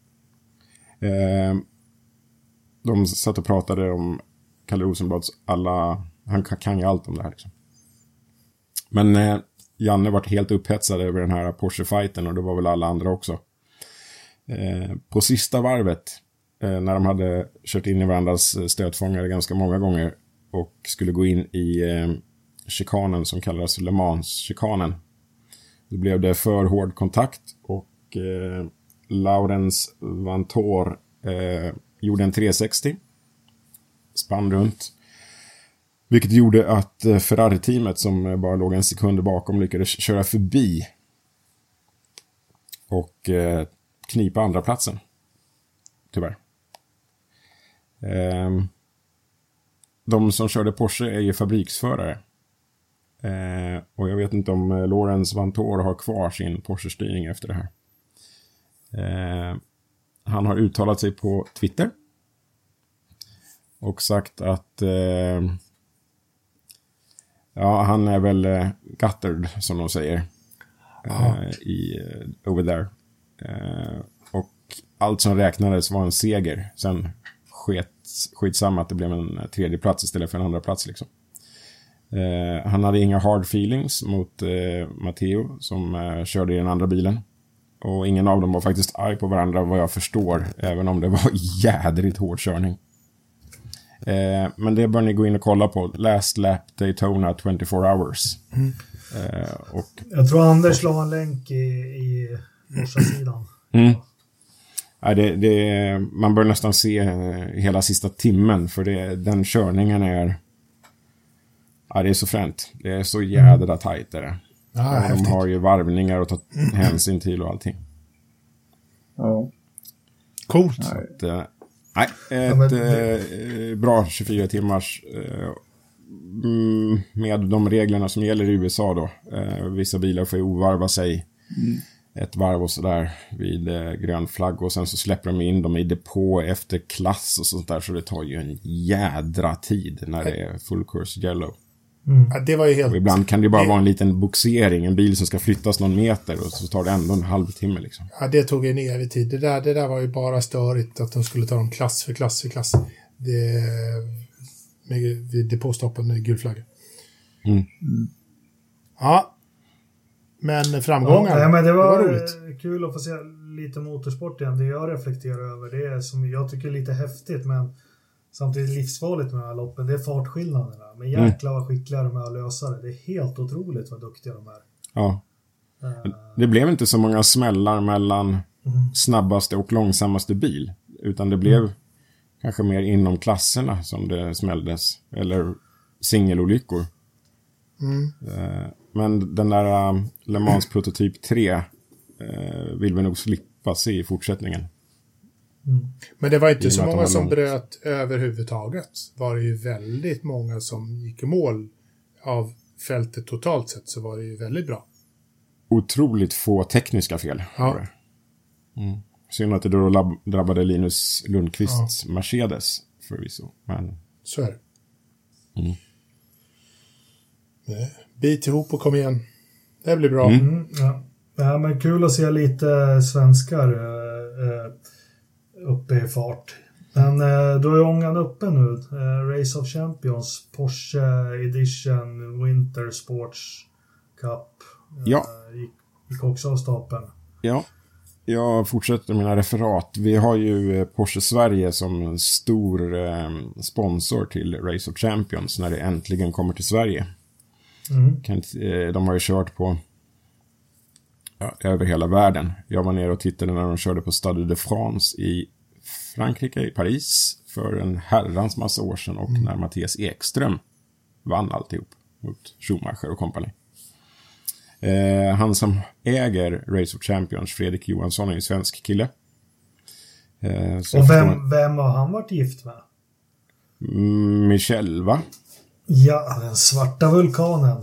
De satt och pratade om Kalle Rosenblads han kan ju allt om det här liksom. Men Janne var helt upphetsad över den här Porsche-fighten, och det var väl alla andra också. På sista varvet, när de hade kört in i varandras stötfångare ganska många gånger och skulle gå in i chikanen som kallas Le Mans-chikanen, då blev det för hård kontakt, och Laurens Vantor gjorde en 360, spann runt, vilket gjorde att Ferrari-teamet som bara låg en sekund bakom lyckades köra förbi och knipa andra platsen. Tyvärr. De som körde Porsche är ju fabriksförare. Och jag vet inte om Laurens Vantor har kvar sin Porsche-styrning efter det här. Han har uttalat sig på Twitter och sagt att ja, han är väl guttered, som de säger, over there. Och allt som räknades var en seger. Sen skitsamma att det blev en 3:e plats istället för en 2:a plats liksom. Han hade inga hard feelings mot Matteo som körde i den andra bilen. Och ingen av dem var faktiskt arg på varandra, vad jag förstår, även om det var jädrigt hård körning. Men det bör ni gå in och kolla på. Last Lap Daytona 24 Hours. Och jag tror Anders la en länk i Porsche-sidan. Man bör nästan se hela sista timmen, för den körningen är det är så fränt. Det är så jädra tajt är det. De har ju varvningar att ta hänsyn till och allting. Ja. Coolt. Bra 24 timmars med de reglerna som gäller i USA då. Vissa bilar får ju ovarva sig ett varv och sådär vid grön flagg, och sen så släpper de in dem i depå efter klass och sånt där, så det tar ju en jädra tid när det är full course yellow. Ja, det var ju helt... Och ibland kan det bara vara en liten boxering, en bil som ska flyttas någon meter, och så tar det ändå en halvtimme liksom. Ja, det tog en evig tid. Det där var ju bara störigt att de skulle ta dem klass för klass för klass. Vid depåstoppen med gul flagga. Ja. Men framgångar. Ja, men det var roligt. Kul att få se lite motorsport igen. Det jag reflekterar över, det är som jag tycker är lite häftigt, men samtidigt livsfarligt med de här loppen, det är fartskillnaderna. Men jäklar vad skickliga de är att lösa det. Det är helt otroligt vad duktiga de är. Ja. Det blev inte så många smällar mellan snabbaste och långsammaste bil, utan det blev kanske mer inom klasserna som det smälldes, eller singelolyckor. Men den där Le Mans Prototyp 3 vill vi nog slippa se i fortsättningen. Men det var inte så många som bröt överhuvudtaget. Var det ju väldigt många som gick i mål av fältet totalt sett, så var det ju väldigt bra. Otroligt få tekniska fel. Ja. Synd att det då drabbade Linus Lundqvists Mercedes förvisso. Men... Så är det. Bit ihop och kom igen. Det blir bra. Ja, men kul att se lite svenskar uppe i fart. Men då är ångan uppe nu. Race of Champions, Porsche Edition, Winter Sports Cup. Gick också av stapeln. Ja, jag fortsätter mina referat. Vi har ju Porsche Sverige som stor sponsor till Race of Champions när det äntligen kommer till Sverige. De har ju kört på över hela världen. Jag var nere och tittade när de körde på Stade de France i Frankrike, i Paris, för en herrans massa år sedan, och när Mattias Ekström vann alltihop mot Schumacher och kompani. Han som äger Race of Champions, Fredrik Johansson, är en svensk kille. Och vem har han varit gift med? Michelle, va? Ja, den svarta vulkanen.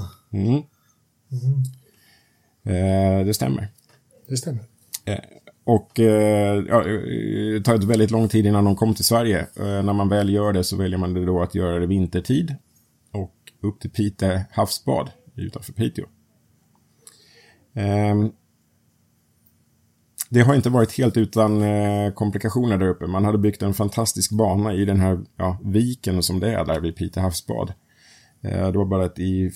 Det stämmer. Det stämmer. Och det tar ett väldigt lång tid innan de kom till Sverige. När man väl gör det så väljer man det då att göra det vintertid. Och upp till Pite havsbad utanför Piteå. Det har inte varit helt utan komplikationer där uppe. Man hade byggt en fantastisk bana i den här viken som det är där vid Pite havsbad. Det var bara att i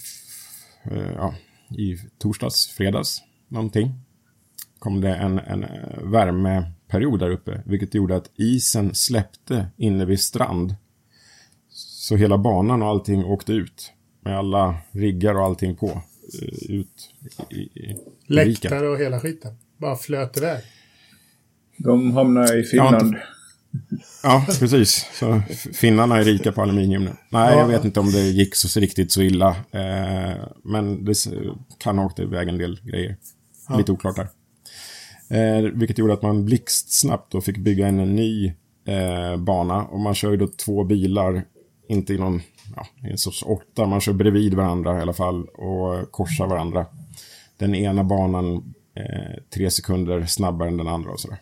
torsdags, fredags någonting kom det en värmeperiod där uppe, vilket gjorde att isen släppte inne vid strand. Så hela banan och allting åkte ut med alla riggar och allting på ut i läktare och hela skiten. Bara flöt iväg. De hamnar i Finland. Ja, precis. Så finnarna är rika på aluminium nu. Nej, jag vet inte om det gick så riktigt så illa. Men det kan ha åkt iväg en del grejer. Lite oklart där. Vilket gjorde att man blixtsnabbt då fick bygga en ny bana. Och man kör ju då 2 bilar, inte i någon en sorts 8. Man kör bredvid varandra i alla fall och korsar varandra. Den ena banan 3 sekunder snabbare än den andra och sådär.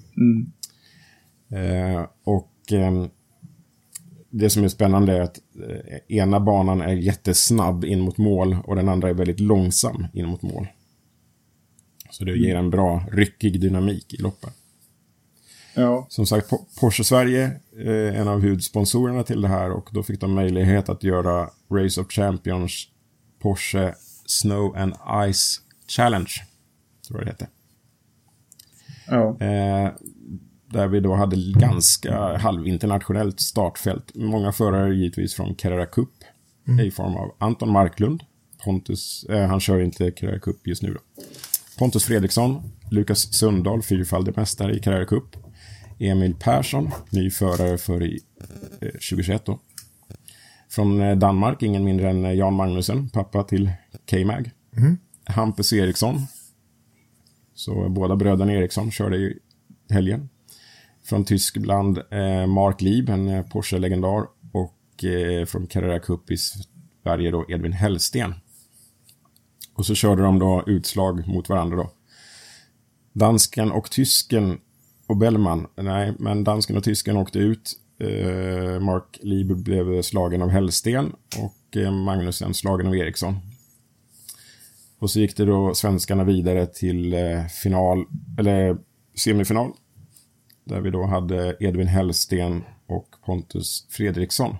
Det som är spännande är att ena banan är jättesnabb in mot mål och den andra är väldigt långsam in mot mål. Så det ger en bra ryckig dynamik i loppen. Ja. Som sagt, Porsche Sverige är en av huvudsponsorerna till det här, och då fick de möjlighet att göra Race of Champions Porsche Snow and Ice Challenge, tror jag det heter. Ja. Där vi då hade ganska halvinternationellt startfält. Många förare givetvis från Carrera Cup i form av Anton Marklund. Pontus, han kör inte Carrera Cup just nu då. Pontus Fredriksson, Lukas Sundahl, 4-faldig mästare i Carrera Cup. Emil Persson, ny förare för 2021 då. Från Danmark, ingen mindre än Jan Magnussen, pappa till K-Mag. Hampus Eriksson. Så båda bröderna Eriksson körde i helgen. Från Tyskland Mark Lieb, en Porsche-legendar. Och från Carrera Cup i Sverige då Edvin Hellsten. Och så körde de då utslag mot varandra då. Dansken och tysken och Bellman. Nej, men dansken och tysken åkte ut. Mark Lieb blev slagen av Hellsten och Magnussen slagen av Eriksson. Och så gick det då svenskarna vidare till semifinal. Där vi då hade Edvin Hellsten och Pontus Fredriksson.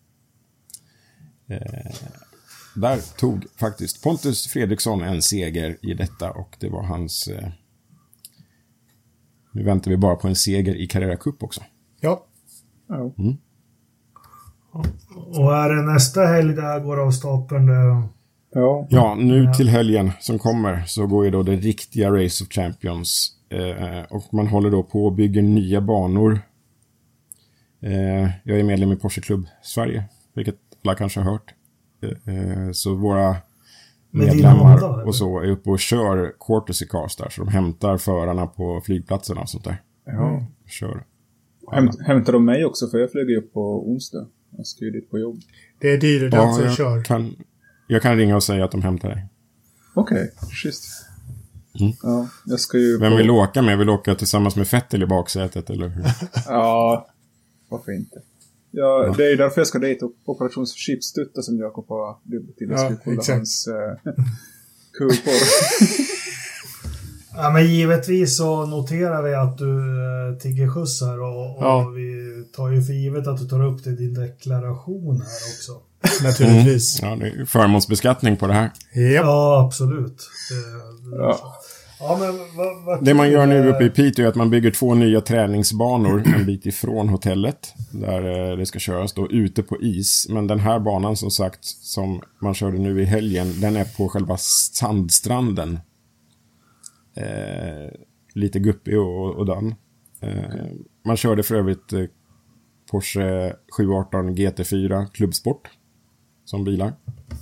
Där tog faktiskt Pontus Fredriksson en seger i detta, och det var hans... Nu väntar vi bara på en seger i Carrera Cup också. Ja. Och är det nästa helg där går av stapeln? Ja, nu till helgen som kommer så går ju då det riktiga Race of Champions. Och man håller då på och bygger nya banor. Jag är medlem i Porsche Klubb Sverige, vilket alla kanske har hört. Så våra medlemmar och så är uppe och kör courtesy cars där. Så de hämtar förarna på flygplatserna och sånt där. Ja. Kör. Hämtar de mig också? För jag flyger upp på onsdag. Jag ska ju dit på jobb. Det är dyrare den som kör. Jag kan ringa och säga att de hämtar dig. Okej, schysst. Mm. Ja, jag ska ju... Vem vill åka med? Vill åka tillsammans med Vettel i baksätet, eller hur? Ja, varför inte? Ja, det är därför jag ska dit och Operations Chipstutta som Jakob har bjudit till. Jag ska kolla hans kulporr. Ja, men givetvis så noterar vi att du tigger skjuts här och vi tar ju för givet att du tar upp det i din deklaration här också. Naturligtvis. Ja, det är förmånsbeskattning på det här. Ja, absolut. Ja, men det man gör nu uppe i Piteå är att man bygger 2 nya träningsbanor en bit ifrån hotellet. Där det ska köras då ute på is. Men den här banan som sagt, som man körde nu i helgen, den är på själva sandstranden. Lite guppig och den. Man körde för övrigt Porsche 718 GT4 klubbsport som bilar.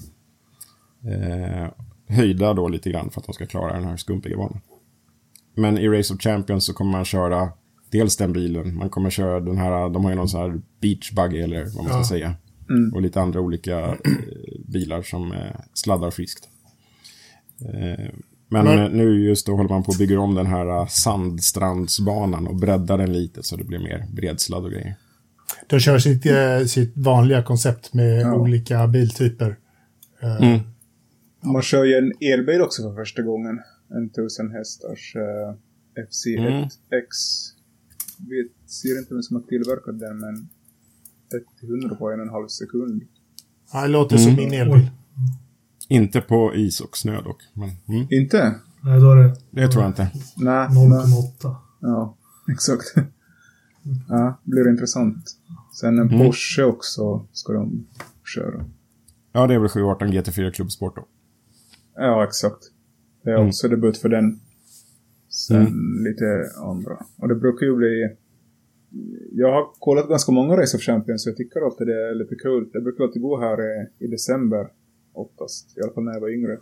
Höjda då lite grann för att de ska klara den här skumpiga banan. Men i Race of Champions så kommer man köra dels den bilen, man kommer köra den här, de har ju någon sån här beach buggy eller vad man ska säga. Och lite andra olika bilar som sladdar friskt. Men nu just då håller man på att bygga om den här sandstrandsbanan och breddar den lite så det blir mer bredsladd och grejer. De kör sitt vanliga koncept med olika biltyper. Man kör ju en elbil också för första gången. En 1000 hästars FC1X. Vi ser inte vem som har tillverkat den, men 100 på 1,5 sekund. Ja, det låter som min elbil. Inte på is och snö dock. Men, Inte? Nej, då är det tror jag inte. Nej. 0,8. Ja, exakt. Ja, det blir intressant. Sen en Porsche också ska de köra. Ja, det är väl 718 GT4 klubbsport då. Ja, exakt. Det är också debut för den. Sen lite andra. Och det brukar ju bli... Jag har kollat ganska många Race of Champions så jag tycker alltid det är lite kul. Det brukar alltid gå här i december oftast. I alla fall när jag var yngre.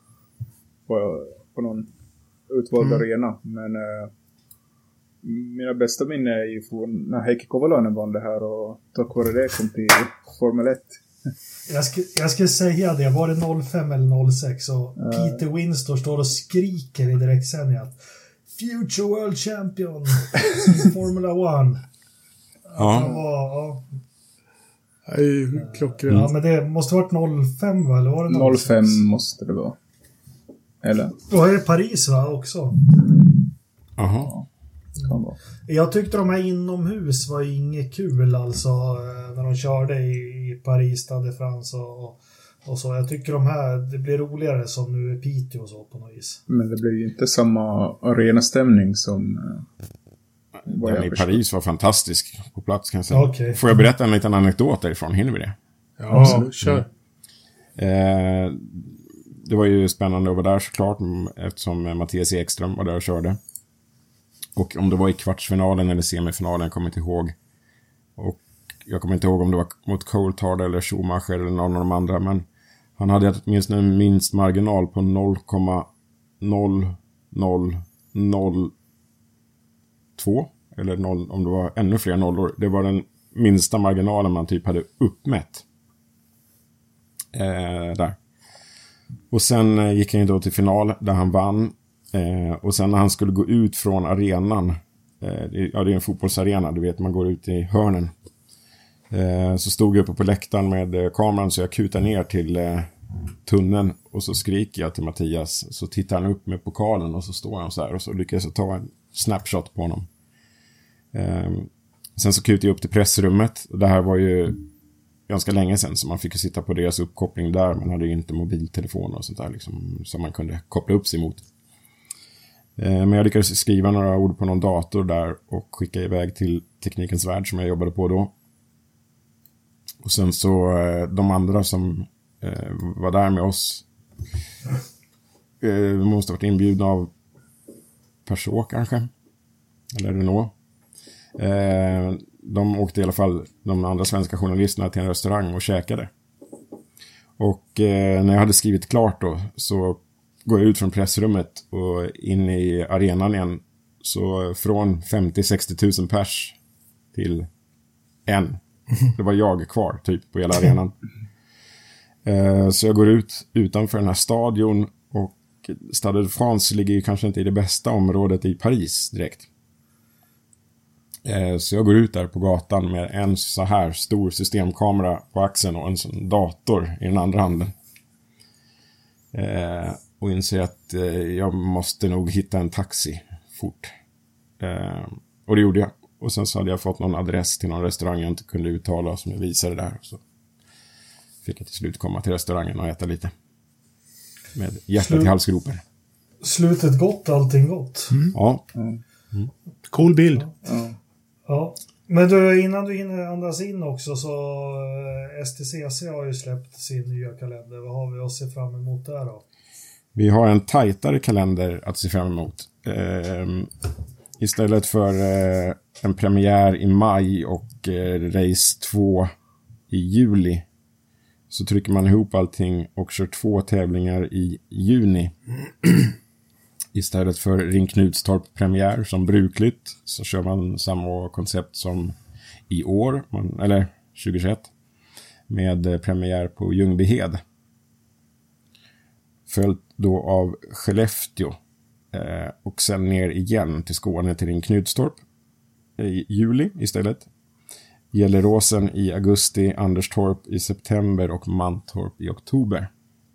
På någon utvald arena. Men mina bästa minne är ju från när Heikki Kovalainen vann det här och tack vare det kom till Formel 1. Jag skulle säga det. Var det 05 eller 06 och Peter Winstor står och skriker i direktsändning att Future World Champion i Formula 1. Ja. Klockrent. Ja, men det måste ha varit 05 va? Eller var det 05 måste det vara. Eller? Då är det Paris va också. Aha. Kan vara. Jag tyckte de här inomhus var inget kul alltså när de körde i Paris, Stade de France och så. Jag tycker de här, det blir roligare som nu i Piteå och så på något vis. Men det blir ju inte samma arenastämning som den i Paris var fantastisk på plats kan jag säga. Okay. Får jag berätta en liten anekdot därifrån? Hinner vi det? Ja, absolut. Kör. Det var ju spännande att vara där såklart eftersom Mattias Ekström var där och körde. Och om det var i kvartsfinalen eller semifinalen, jag kommer inte ihåg. Och jag kommer inte ihåg om det var mot Coulthard eller Schumacher eller någon av de andra. Men han hade åtminstone en minst marginal på 0,0002. Eller 0, om det var ännu fler nollor. Det var den minsta marginalen man typ hade uppmätt. Där. Och sen gick han ju då till final där han vann. Och sen när han skulle gå ut från arenan, det är en fotbollsarena, du vet man går ut i hörnen, så stod jag uppe på läktaren med kameran så jag kutar ner till tunneln och så skriker jag till Mattias, så tittar han upp med pokalen och så står han så här och så lyckas jag ta en snapshot på honom. Sen så kutar jag upp till pressrummet och det här var ju ganska länge sedan så man fick sitta på deras uppkoppling där, man hade ju inte mobiltelefon och sånt där liksom, som man kunde koppla upp sig mot. Men jag lyckades skriva några ord på någon dator där och skicka iväg till Teknikens Värld som jag jobbade på då. Och sen så de andra som var där med oss måste ha varit inbjudna av Peugeot kanske. Eller Renault. De åkte i alla fall, de andra svenska journalisterna, till en restaurang och käkade. Och när jag hade skrivit klart då så går jag ut från pressrummet och in i arenan igen. Så från 50-60 000 pers till en. Det var jag kvar typ på hela arenan. Så jag går ut utanför den här stadion, och Stade de France ligger ju kanske inte i det bästa området i Paris direkt. Så jag går ut där på gatan med en så här stor systemkamera på axeln och en sån dator i den andra handen. Och inser att jag måste nog hitta en taxi fort. Och det gjorde jag. Och sen så hade jag fått någon adress till någon restaurang jag inte kunde uttala, som jag visade där. Så fick jag till slut komma till restaurangen och äta lite. Med hjärtat i halsgropen. Slutet gott, allting gott. Ja. Cool bild. Ja. Men du, innan du hinner andas in också, så STCC har ju släppt sin nya kalender. Vad har vi att se fram emot där då? Vi har en tajtare kalender att se fram emot. Istället för en premiär i maj och race 2 i juli, så trycker man ihop allting och kör 2 tävlingar i juni. Istället för Ring Knutstorp premiär som brukligt, så kör man samma koncept som i år, eller 2021, med premiär på Ljungbyhed. Följt då av Skellefteå, och sen ner igen till Skåne till Ring Knutstorp i juli istället. Gelleråsen i augusti, Anderstorp i september och Mantorp i oktober.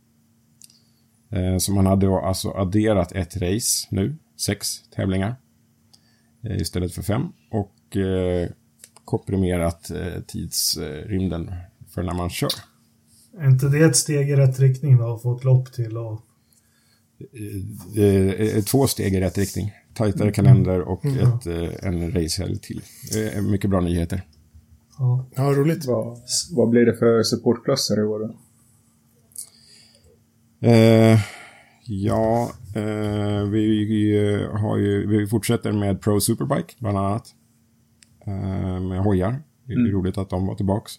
Så man hade alltså adderat ett race nu, 6 tävlingar istället för 5, och komprimerat tidsrymden för när man kör. Är inte det ett steg i rätt riktning då, att få ett lopp till? Och... 2 steg i rätt riktning. Tajtare kalender och en racehelg till. Mycket bra nyheter. Ja, roligt. Vad blir det för supportklasser i år? Vi fortsätter med Pro Superbike bland annat. Med hojar. Det är roligt att de var tillbaks.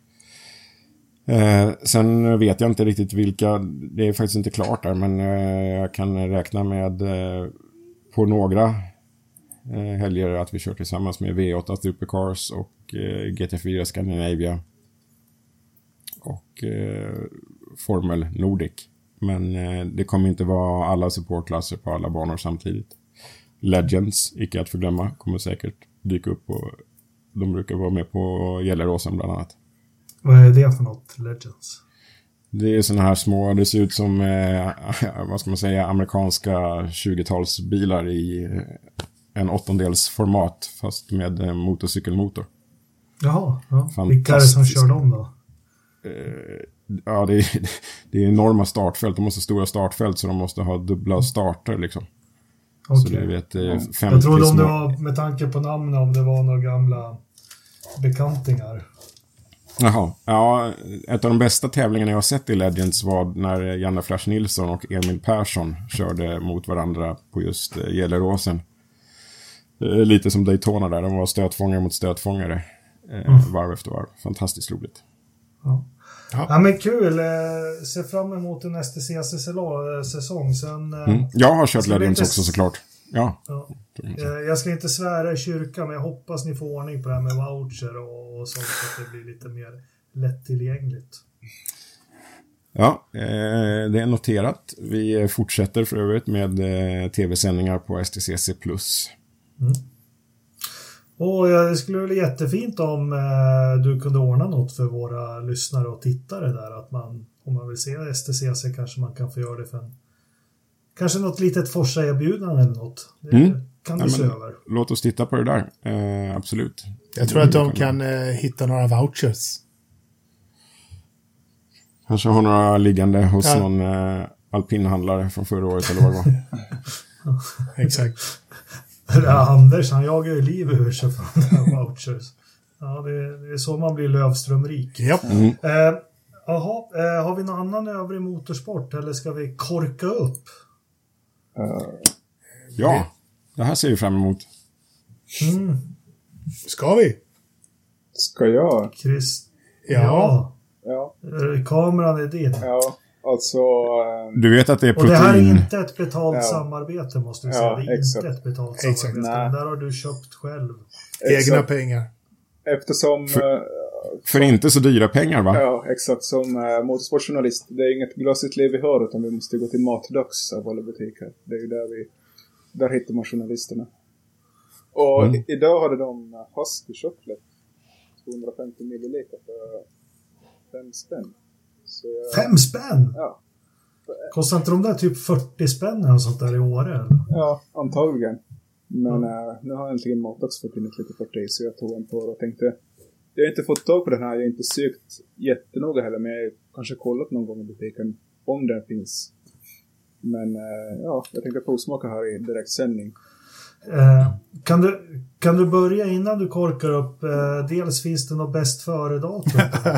Sen vet jag inte riktigt vilka, det är faktiskt inte klart där, men jag kan räkna med på några helger att vi kör tillsammans med V8 Supercars och GT4 Scandinavia och Formel Nordic. Men det kommer inte vara alla supportklasser på alla banor samtidigt. Legends, icke att förglömma, kommer säkert dyka upp, och de brukar vara med på Gelleråsen bland annat. Vad är det för något, Legends? Det är såna här små, det ser ut som vad ska man säga, amerikanska 20-talsbilar i en 8/8 format, fast med motorcykelmotor. Jaha, ja. Vilka är det som kör dem då? Ja, det är enorma startfält. De måste ha stora startfält, så de måste ha dubbla starter liksom. Okay. Så det vet 50. Jag trodde om det var, med tanke på namnet, om det var några gamla bekantingar. Jaha, ja, ett av de bästa tävlingarna jag har sett i Legends var när Janne Flash Nilsson och Emil Persson körde mot varandra på just Gelleråsen. Lite som Daytona där, de var stötfångare mot stötfångare varv efter varv. Fantastiskt roligt. Ja, men kul. Se fram emot en STCC-säsong. Sen, jag har kört Legends också såklart. Ja. Jag ska inte svära i kyrkan, men jag hoppas ni får ordning på det här med voucher och sånt, så att det blir lite mer lättillgängligt. Ja, det är noterat. Vi fortsätter för övrigt med tv-sändningar på STCC+. Och det skulle bli jättefint om du kunde ordna något för våra lyssnare och tittare där, att man, om man vill se STCC, kanske man kan få göra det för kanske något litet Forsa-erbjudande eller något. Det kan du se över. Låt oss titta på det där. Absolut. Jag tror att de kan hitta några vouchers. Kanske har några liggande hos någon alpinhandlare från förra året eller vad det var. Exakt. Anders, han jagar ju liv ur sig från vouchers. Ja, det är så man blir Lövströmrik. Japp. Har vi någon annan övrig motorsport, eller ska vi korka upp? Ja, det här ser vi fram emot. Ska vi? Ska jag? Chris? Ja. Ja. Kameran är din. Ja, alltså... Du vet att det är Och det här är protein. inte ett betalt samarbete, måste vi säga. Ja, Det är exakt. inte ett betalt Exakt. samarbete. Nej. Där har du köpt själv. Egna pengar. Eftersom... För inte så dyra pengar, va? Ja, exakt. Som motorsportjournalist. Det är inget glassigt liv vi har, utan vi måste gå till matdags av alla butiker. Det är ju där hittar man journalisterna. Och idag hade de Husky choklad. 250 milliliter för 5 spänn. Så 5 spänn? Ja. Kostar inte de där typ 40 spänn eller sånt där i Åre? Eller? Ja, antagligen. Men nu har jag äntligen matdags fått in ett litet parti, så jag tog en på och tänkte... Jag har inte fått tag på den här, jag har inte sökt jättenoga heller, men jag har kanske kollat någon gång i butiken om den finns. Men ja, jag tänkte provsmaka här i direktsändning. Kan du börja innan du korkar upp? Dels finns det något bäst före-datum.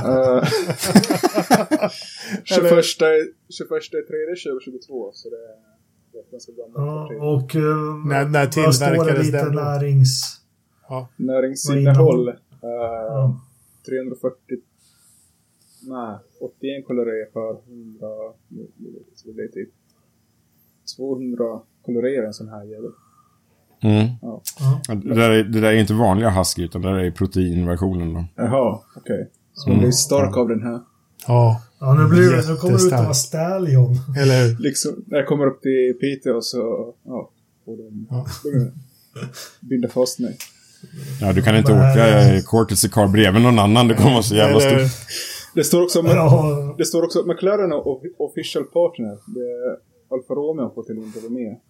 21/3/2022, så det är ganska gammalt. Och när vad står det tillverkades lite den då? Näringsinnehåll. 340... Nej, 81 kalorier per 100... Så det är typ 200 kalorier en sån här jävel. Ja. Det där är inte vanliga husky, utan det där är proteinversionen då. Jaha, okej. Så man blir stark av den här. Ja. Ja, nu kommer det ut att vara stallion. Eller hur? Liksom, när jag kommer upp till Piteå så... Ja, och de binder fast mig. Ja, du kan inte åka Cortez car bredvid någon annan. Det kommer vara så jävla stort. Det står också McLaren och official partner. Det är Alfa Romeo på till inte vara med.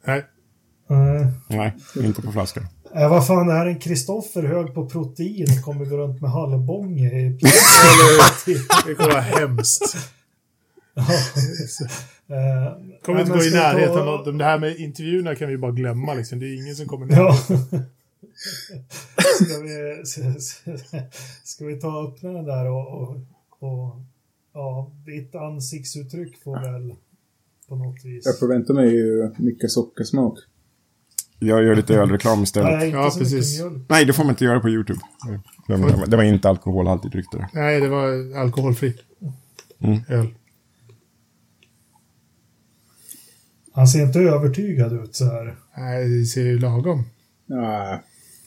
Nej, inte på flaskan. Vad fan, det här är en Kristoffer hög på protein och kommer gå runt med halvbånge i Det kommer vara hemskt. Kommer inte gå i närheten av det här med intervjuerna, kan vi bara glömma liksom. Det är ingen som kommer ner. Ja. Ska vi ta upp den där och ja, ditt ansiktsuttryck får väl på något vis. Jag förväntar mig ju mycket sockersmak. Jag gör lite ölreklam istället. Nej, ja, precis. Nej, det får man inte göra på YouTube. Det var inte alkoholhaltigt dryck där. Nej, det var alkoholfritt. Öl. Han ser inte övertygad ut så här. Nej, det ser ju lagom. Nej.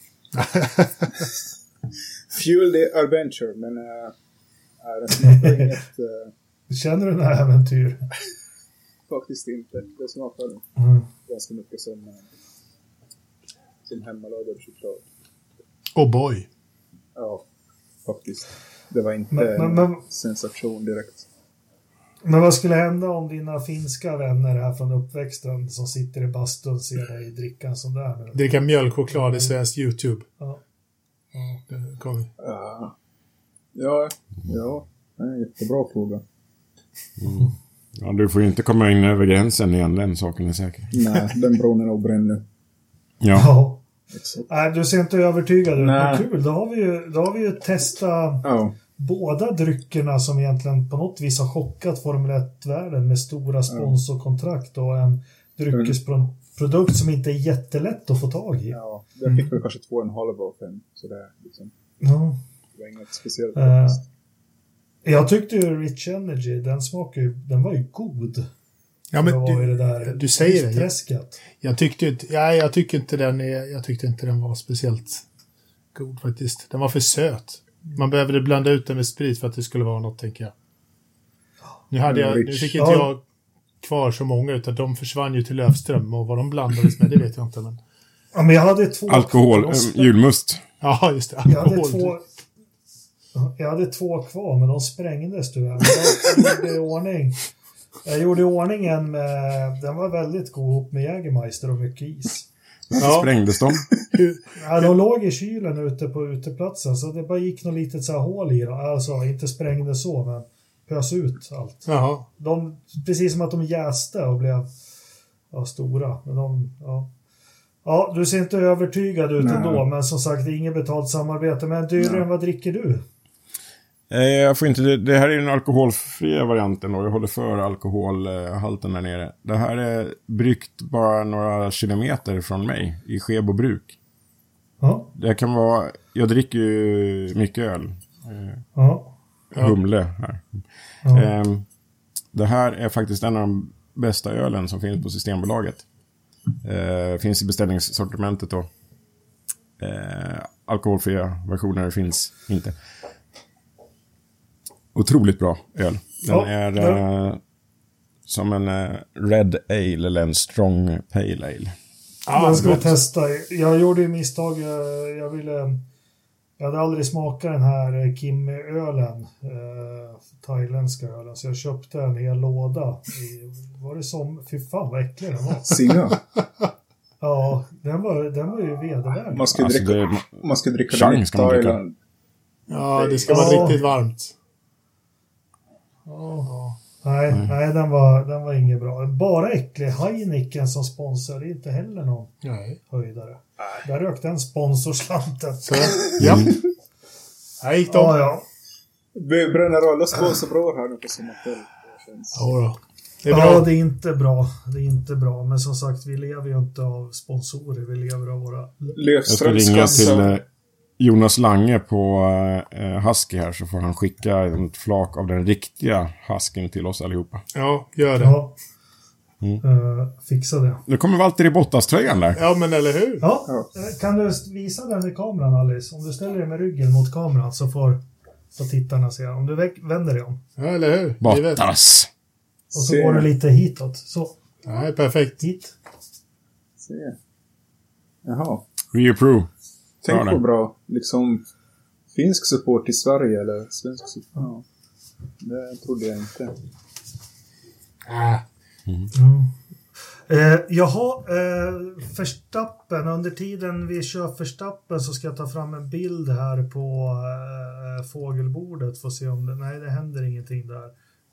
Fuel the adventure, men det smakar inget... Känner du den här äventyr? Faktiskt inte. Det smakar ganska mycket som hemmalagad choklad. Oh boy. Ja, faktiskt. Det var inte sensation direkt. Men vad skulle hända om dina finska vänner här från uppväxten som sitter i bastun ser dig dricka en sån där? Dricka mjölkchoklad i svensk YouTube. Ja. Det kommer. Ja. Det är en jättebra fråga. Ja, du får ju inte komma in över gränsen igen, den saken är säker. Nej, den bron är nog bränd nu. Ja. Nej, du ser inte övertygad ut. Men kul, då har vi ju testat båda dryckerna som egentligen på något vis har chockat Formel 1-världen med stora sponsorkontrakt och en dryckesprodukt som inte är jättelätt att få tag i. Ja, den fick väl kanske 2,5 av 5. Så det liksom. Ja. Det var inget speciellt. Jag tyckte ju Rich Energy, den var ju god. Ja, men du säger det. Träskat. Jag tyckte inte den var speciellt god faktiskt. Den var för söt. Man behövde blanda ut den med sprit för att det skulle vara något, tänker jag. Nu fick inte jag kvar så många, utan de försvann ju till Löfström, och vad de blandades med, det vet jag inte. Men... Ja, men jag hade 2... Alkohol, julmust. Ja, just det. Jag hade 2 kvar, men de sprängdes du. Jag gjorde i ordning en med... Den var väldigt god ihop med Jägermeister och mycket is. Varför sprängdes de? Ja, de låg i kylen ute på uteplatsen, så det bara gick något litet så här hål i dem. Alltså, inte sprängde så, men pös ut allt. Jaha. Precis som att de jäste och blev stora. Men ja, du ser inte övertygad ut ändå, men som sagt, det är inget betalt samarbete. Men dyrare, vad dricker du? Jag får inte, det här är den alkoholfria varianten och jag håller för alkoholhalten där nere. Det här är bryggt bara några kilometer från mig i Skebo bruk. Ja. Det kan vara, jag dricker ju mycket öl. Ja. humle här. Ja. Det här är faktiskt en av de bästa ölen som finns på Systembolaget. Finns i beställningssortimentet då. Alkoholfria versioner finns inte. Otroligt bra öl. Den är som en Red Ale eller en Strong Pale Ale. Jag ska testa. Jag gjorde ju misstag. Jag hade aldrig smakat den här Kim-ölen. Thailändska ölen. Så jag köpte en hel låda. Var det som... Fy fan vad äcklig den var. Singa. Ja, den var ju vedervärdig. Man ska dricka Chang den i ska man dricka. Thailand. Ja, det ska vara riktigt varmt. Ja. Nej, den var inget bra. Bara äcklig. Heineken som sponsor, det är inte heller någon höjdare. Där rökte en sponsorslanten. Så, ja. Här gick de. Ja. Vi bränner alla sponsorbror här nu på Sommarkväll. Ja, det är bra. Ja, det är inte bra. Det är inte bra. Men som sagt, vi lever ju inte av sponsorer. Vi lever av våra... Jag ska ringa till Jonas Lange på Husky här, så får han skicka en flak av den riktiga Huskyn till oss allihopa. Ja, gör det. Ja. Fixa det. Nu kommer Valtteri Bottas-tröjan där. Ja, men eller hur? Ja. Kan du visa den i kameran, Alice? Om du ställer dig med ryggen mot kameran så får tittarna se. Om du vänder dig om. Ja, eller hur? Bottas! Och så går du lite hitåt. Så. Nej, perfekt. Hit. Se. Jaha. Reapprove. Tänk på bra, liksom finsk support i Sverige eller svensk support. Ja. Det trodde jag inte. Verstappen. Under tiden vi kör Verstappen så ska jag ta fram en bild här på fågelbordet för att se om det händer ingenting där.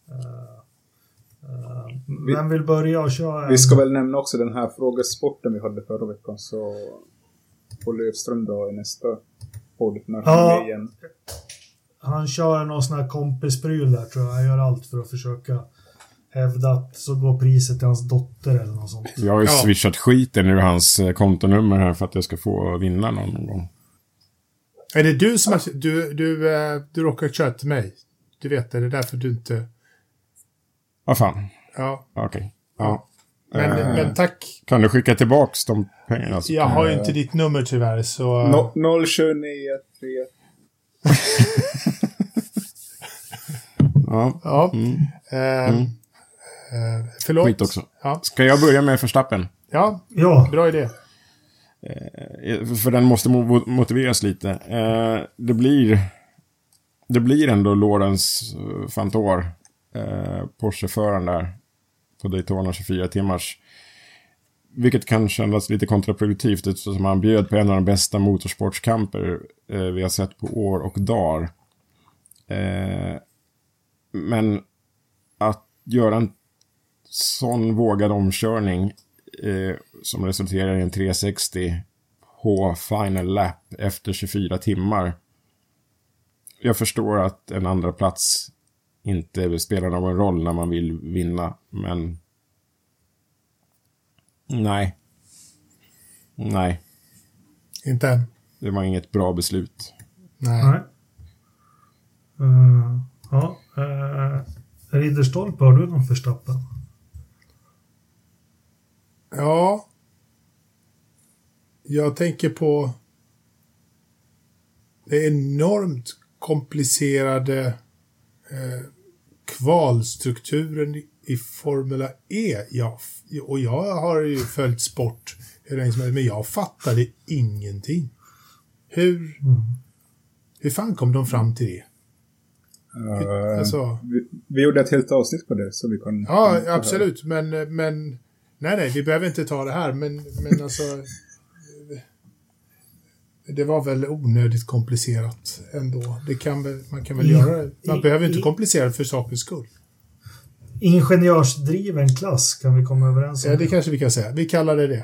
Vem vill börja och köra? Vi ska väl nämna också den här frågesporten vi hade förra veckan, så på Löfström då i nästa podd när han är igen. Han kör någon sån här kompispryl där, tror jag. Han gör allt för att försöka hävda att så går priset till hans dotter eller något sånt. Jag har ju switchat skiten ur hans kontonummer här för att jag ska få vinna någon gång. Är det du som du råkar köra till mig? Du vet, är det därför du inte... Vad fan? Ja. Okej. Ja. Men tack. Kan du skicka tillbaks de pengarna? Jag har ju inte ditt nummer tyvärr, så... 0793. Ja. Förlåt. Skit också. Ja. Ska jag börja med Verstappen? Ja, bra idé. För den måste motiveras lite. Det blir ändå Lawrence Fantor, Porsche-föraren där på Daytona 24 timmars. Vilket kan kännas lite kontraproduktivt eftersom han bjöd på en av de bästa motorsportskamper vi har sett på år och dagar. Men att göra en sån vågad omkörning som resulterar i en 360 på final lap efter 24 timmar. Jag förstår att en andra plats inte spelar någon roll när man vill vinna, men nej. Inte? Det var inget bra beslut. Nej. Ridderstolpe, har du någon Verstappen? Ja. Jag tänker på det enormt komplicerade kvalstrukturen i Formula E. Och jag har ju följt sport hur länge som helst, men jag fattade ingenting. Hur fan kom de fram till det? Vi gjorde ett helt avsnitt på det, så vi kan... Ja, absolut. Men nej, vi behöver inte ta det här. Men alltså... Det var väl onödigt komplicerat ändå. Man kan väl göra det. Man behöver inte komplicera det för sakens skull. Ingenjörsdriven klass kan vi komma överens om. Ja, det kanske vi kan säga. Vi kallar det.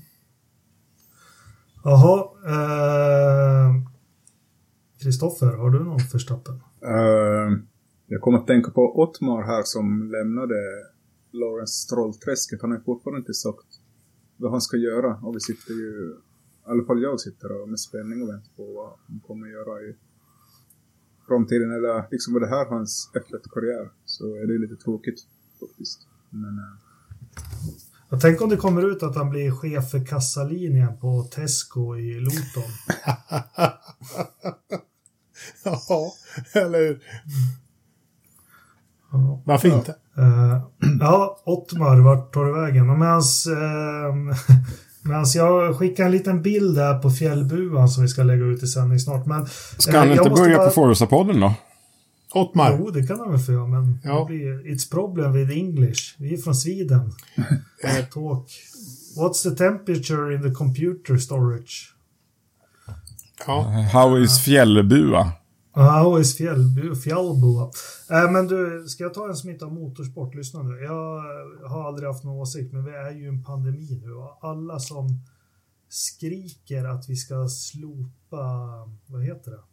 Jaha. Kristoffer, har du någon Verstappen? Jag kommer att tänka på Ottmar här som lämnade Lawrence Stroll-träsket. Han har fortfarande inte sagt vad han ska göra. Och vi sitter ju, i alla fall jag sitter och med spänning och väntar på vad han kommer göra framtiden, eller liksom var det här hans F1-karriär, så är det lite tråkigt faktiskt. Men jag tänker om det kommer ut att han blir chef för kassalinjen på Tesco i Luton. Ja, eller hur? Ja. Varför inte? Ja, Ottmar, vart tar du vägen? Och medans jag skickar en liten bild där på fjällbuan som vi ska lägga ut i sändning snart. Men, ska han inte börja på Forza-podden då? Ottmar? Jo, det kan han väl få göra, men det blir it's problem with English. Vi är från Sweden. Talk. What's the temperature in the computer storage? Ja. How is fjällbua? How is fjällbua? Men du, ska jag ta en smitt av motorsport? Lyssna nu. Jag har aldrig haft någon åsikt, men vi är ju en pandemi nu. Och alla som skriker att vi ska slopa, vad heter det?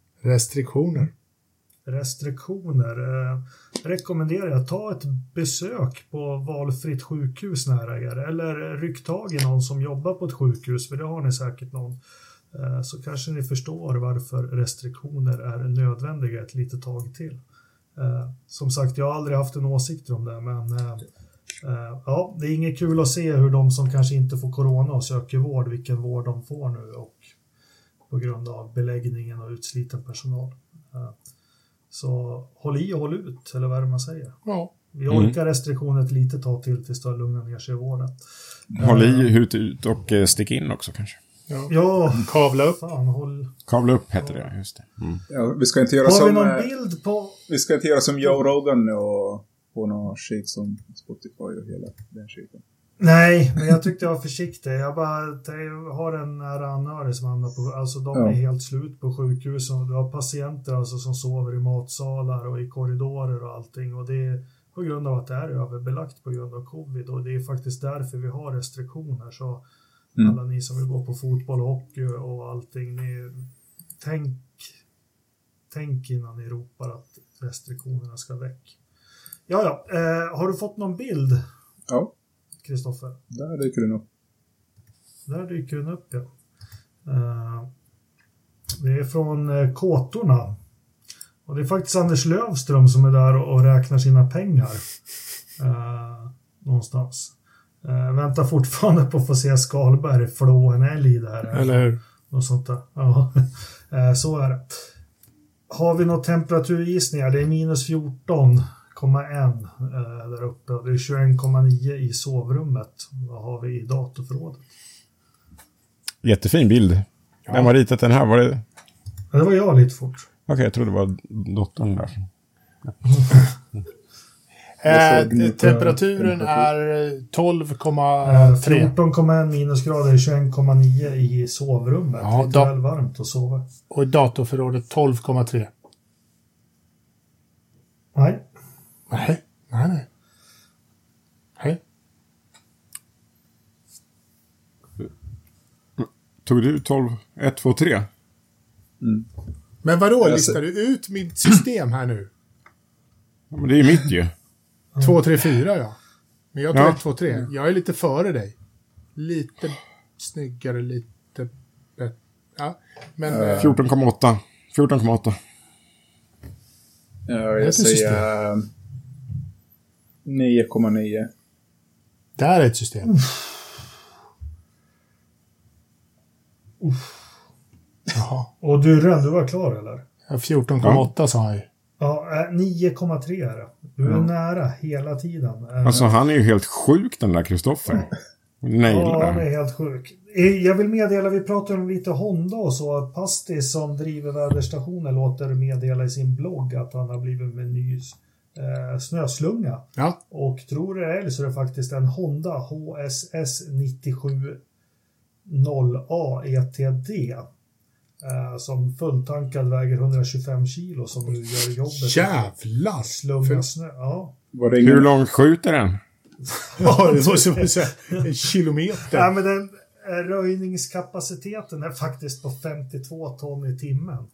Restriktioner. Rekommenderar jag ta ett besök på valfritt sjukhus nära er, eller ryck tag i någon som jobbar på ett sjukhus, för det har ni säkert någon, så kanske ni förstår varför restriktioner är nödvändiga ett litet tag till. Som sagt, jag har aldrig haft en åsikt om det, men ja, det är inget kul att se hur de som kanske inte får corona och söker vård, vilken vård de får nu, och på grund av beläggningen och utsliten personal. Så håll i och håll ut, eller vad är det man säger? Ja. Vi orkar restriktioner ett litet tag till tills det lugnar ner sig i vården. Håll i, hut ut och stick in också kanske. Ja. Kavla upp. Fan, kavla upp heter det, just det. ja, vi ska inte göra har som... vi någon bild på... Vi ska inte göra som Joe Rogan och få någon shit som Spotify och hela den skiten. Nej, men jag tyckte jag var försiktig. Jag har en nära anhörig som hamnar på... Alltså de är helt slut på sjukhus. Och du har patienter alltså, som sover i matsalar och i korridorer och allting. Och det är på grund av att det är överbelagt på grund av covid. Och det är faktiskt därför vi har restriktioner. Så alla ni som vill gå på fotboll och hockey och allting, tänk innan ni ropar att restriktionerna ska väck. Ja. Har du fått någon bild? Ja. Kristoffer? Där dyker den upp. Där dyker den upp, ja. Det är från Kåtorna. Och det är faktiskt Anders Lövström som är där och räknar sina pengar. Någonstans. Väntar fortfarande på att få se Skalberg flå en älg där. Eller hur? Och sånt där. Ja, så är det. Har vi några temperaturgissningar? Det är minus 14,1 där uppe. Det är 21,9 i sovrummet. Vad har vi i datorförrådet? Jättefin bild. Vem har ritat den här? Var det... Ja, det var jag lite fort. Okej, jag trodde det var dottern där. Temperaturen är 12,3. 14,1 minusgrader, 21,9 i sovrummet. Ja, det är väl varmt att sova. Och i datorförrådet 12,3. Nej. Tog du 12, 1, 2, 3? Men vadå, listar du ut mitt system här nu? Ja, men det är ju mitt ju. 2, 3, 4, ja. Men jag tror 1, 2, 3. Jag är lite före dig. Lite snyggare, lite bättre. Ja, men... 14,8. 14,8. Ja, jag säger 9,9. Det här är ett system. Jaha. Och du var klar eller? 14,8 sa han ju. Ja, 9,3 är det. Du är nära hela tiden. Alltså han är ju helt sjuk den där Kristoffer. Ja, han är helt sjuk. Jag vill meddela, vi pratar om lite Honda och så, att Pastis som driver väderstationen låter meddela i sin blogg att han har blivit med en ny snöslunga. Ja. Och tror det eller så är det faktiskt en Honda HSS 970A ETD som fulltankad väger 125 kilo som nu gör jobbet. Jävlar! Slunga snö. Ja. Hur långt skjuter den? Ja, det var som en kilometer. Ja, men den röjningskapaciteten är faktiskt på 52 ton i timmen.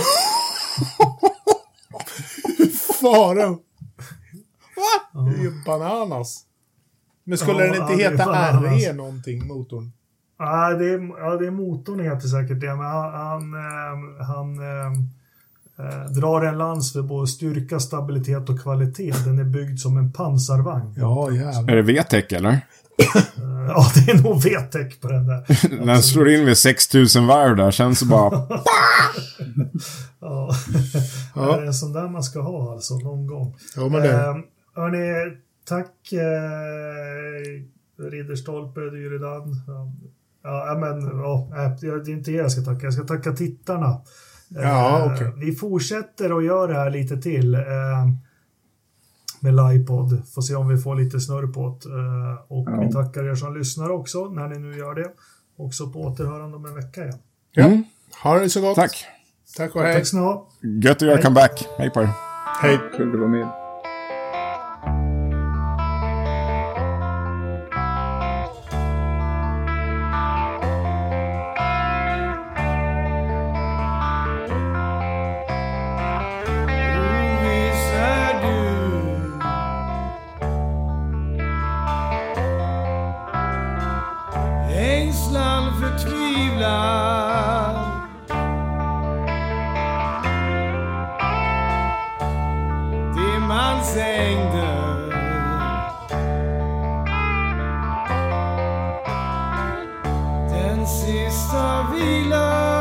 Faro. Va? Det är ju bananas. Men skulle den inte heta RE någonting, motorn? Ja, det är motorn heter säkert det. Men drar en lans för både styrka, stabilitet och kvalitet. Den är byggd som en pansarvagn. Ja, jävlar. Är det VTEC eller? Ja, det är nog VTEC på den där. När den slår in vid 6000 varv där känns det bara... Ja. Det är en sån där man ska ha alltså någon gång. Ja, men det. Hörrni, tack Ridderstolpe, Dyredan. Ja, men det är inte det jag ska tacka. Jag ska tacka tittarna. Ja, okej. Vi fortsätter att göra det här lite till med livepod. Får se om vi får lite snurr på det. Och vi tackar er som lyssnar också när ni nu gör det. Också på återhörande om en vecka igen. Ja, ha det så gott. Tack. Tack och hej. Tack ska ni ha. Gött att göra comeback. Hej på er. Hej. Kul att vara med. Ängslan, förtvivlan, dimmansängder, den sista vilan.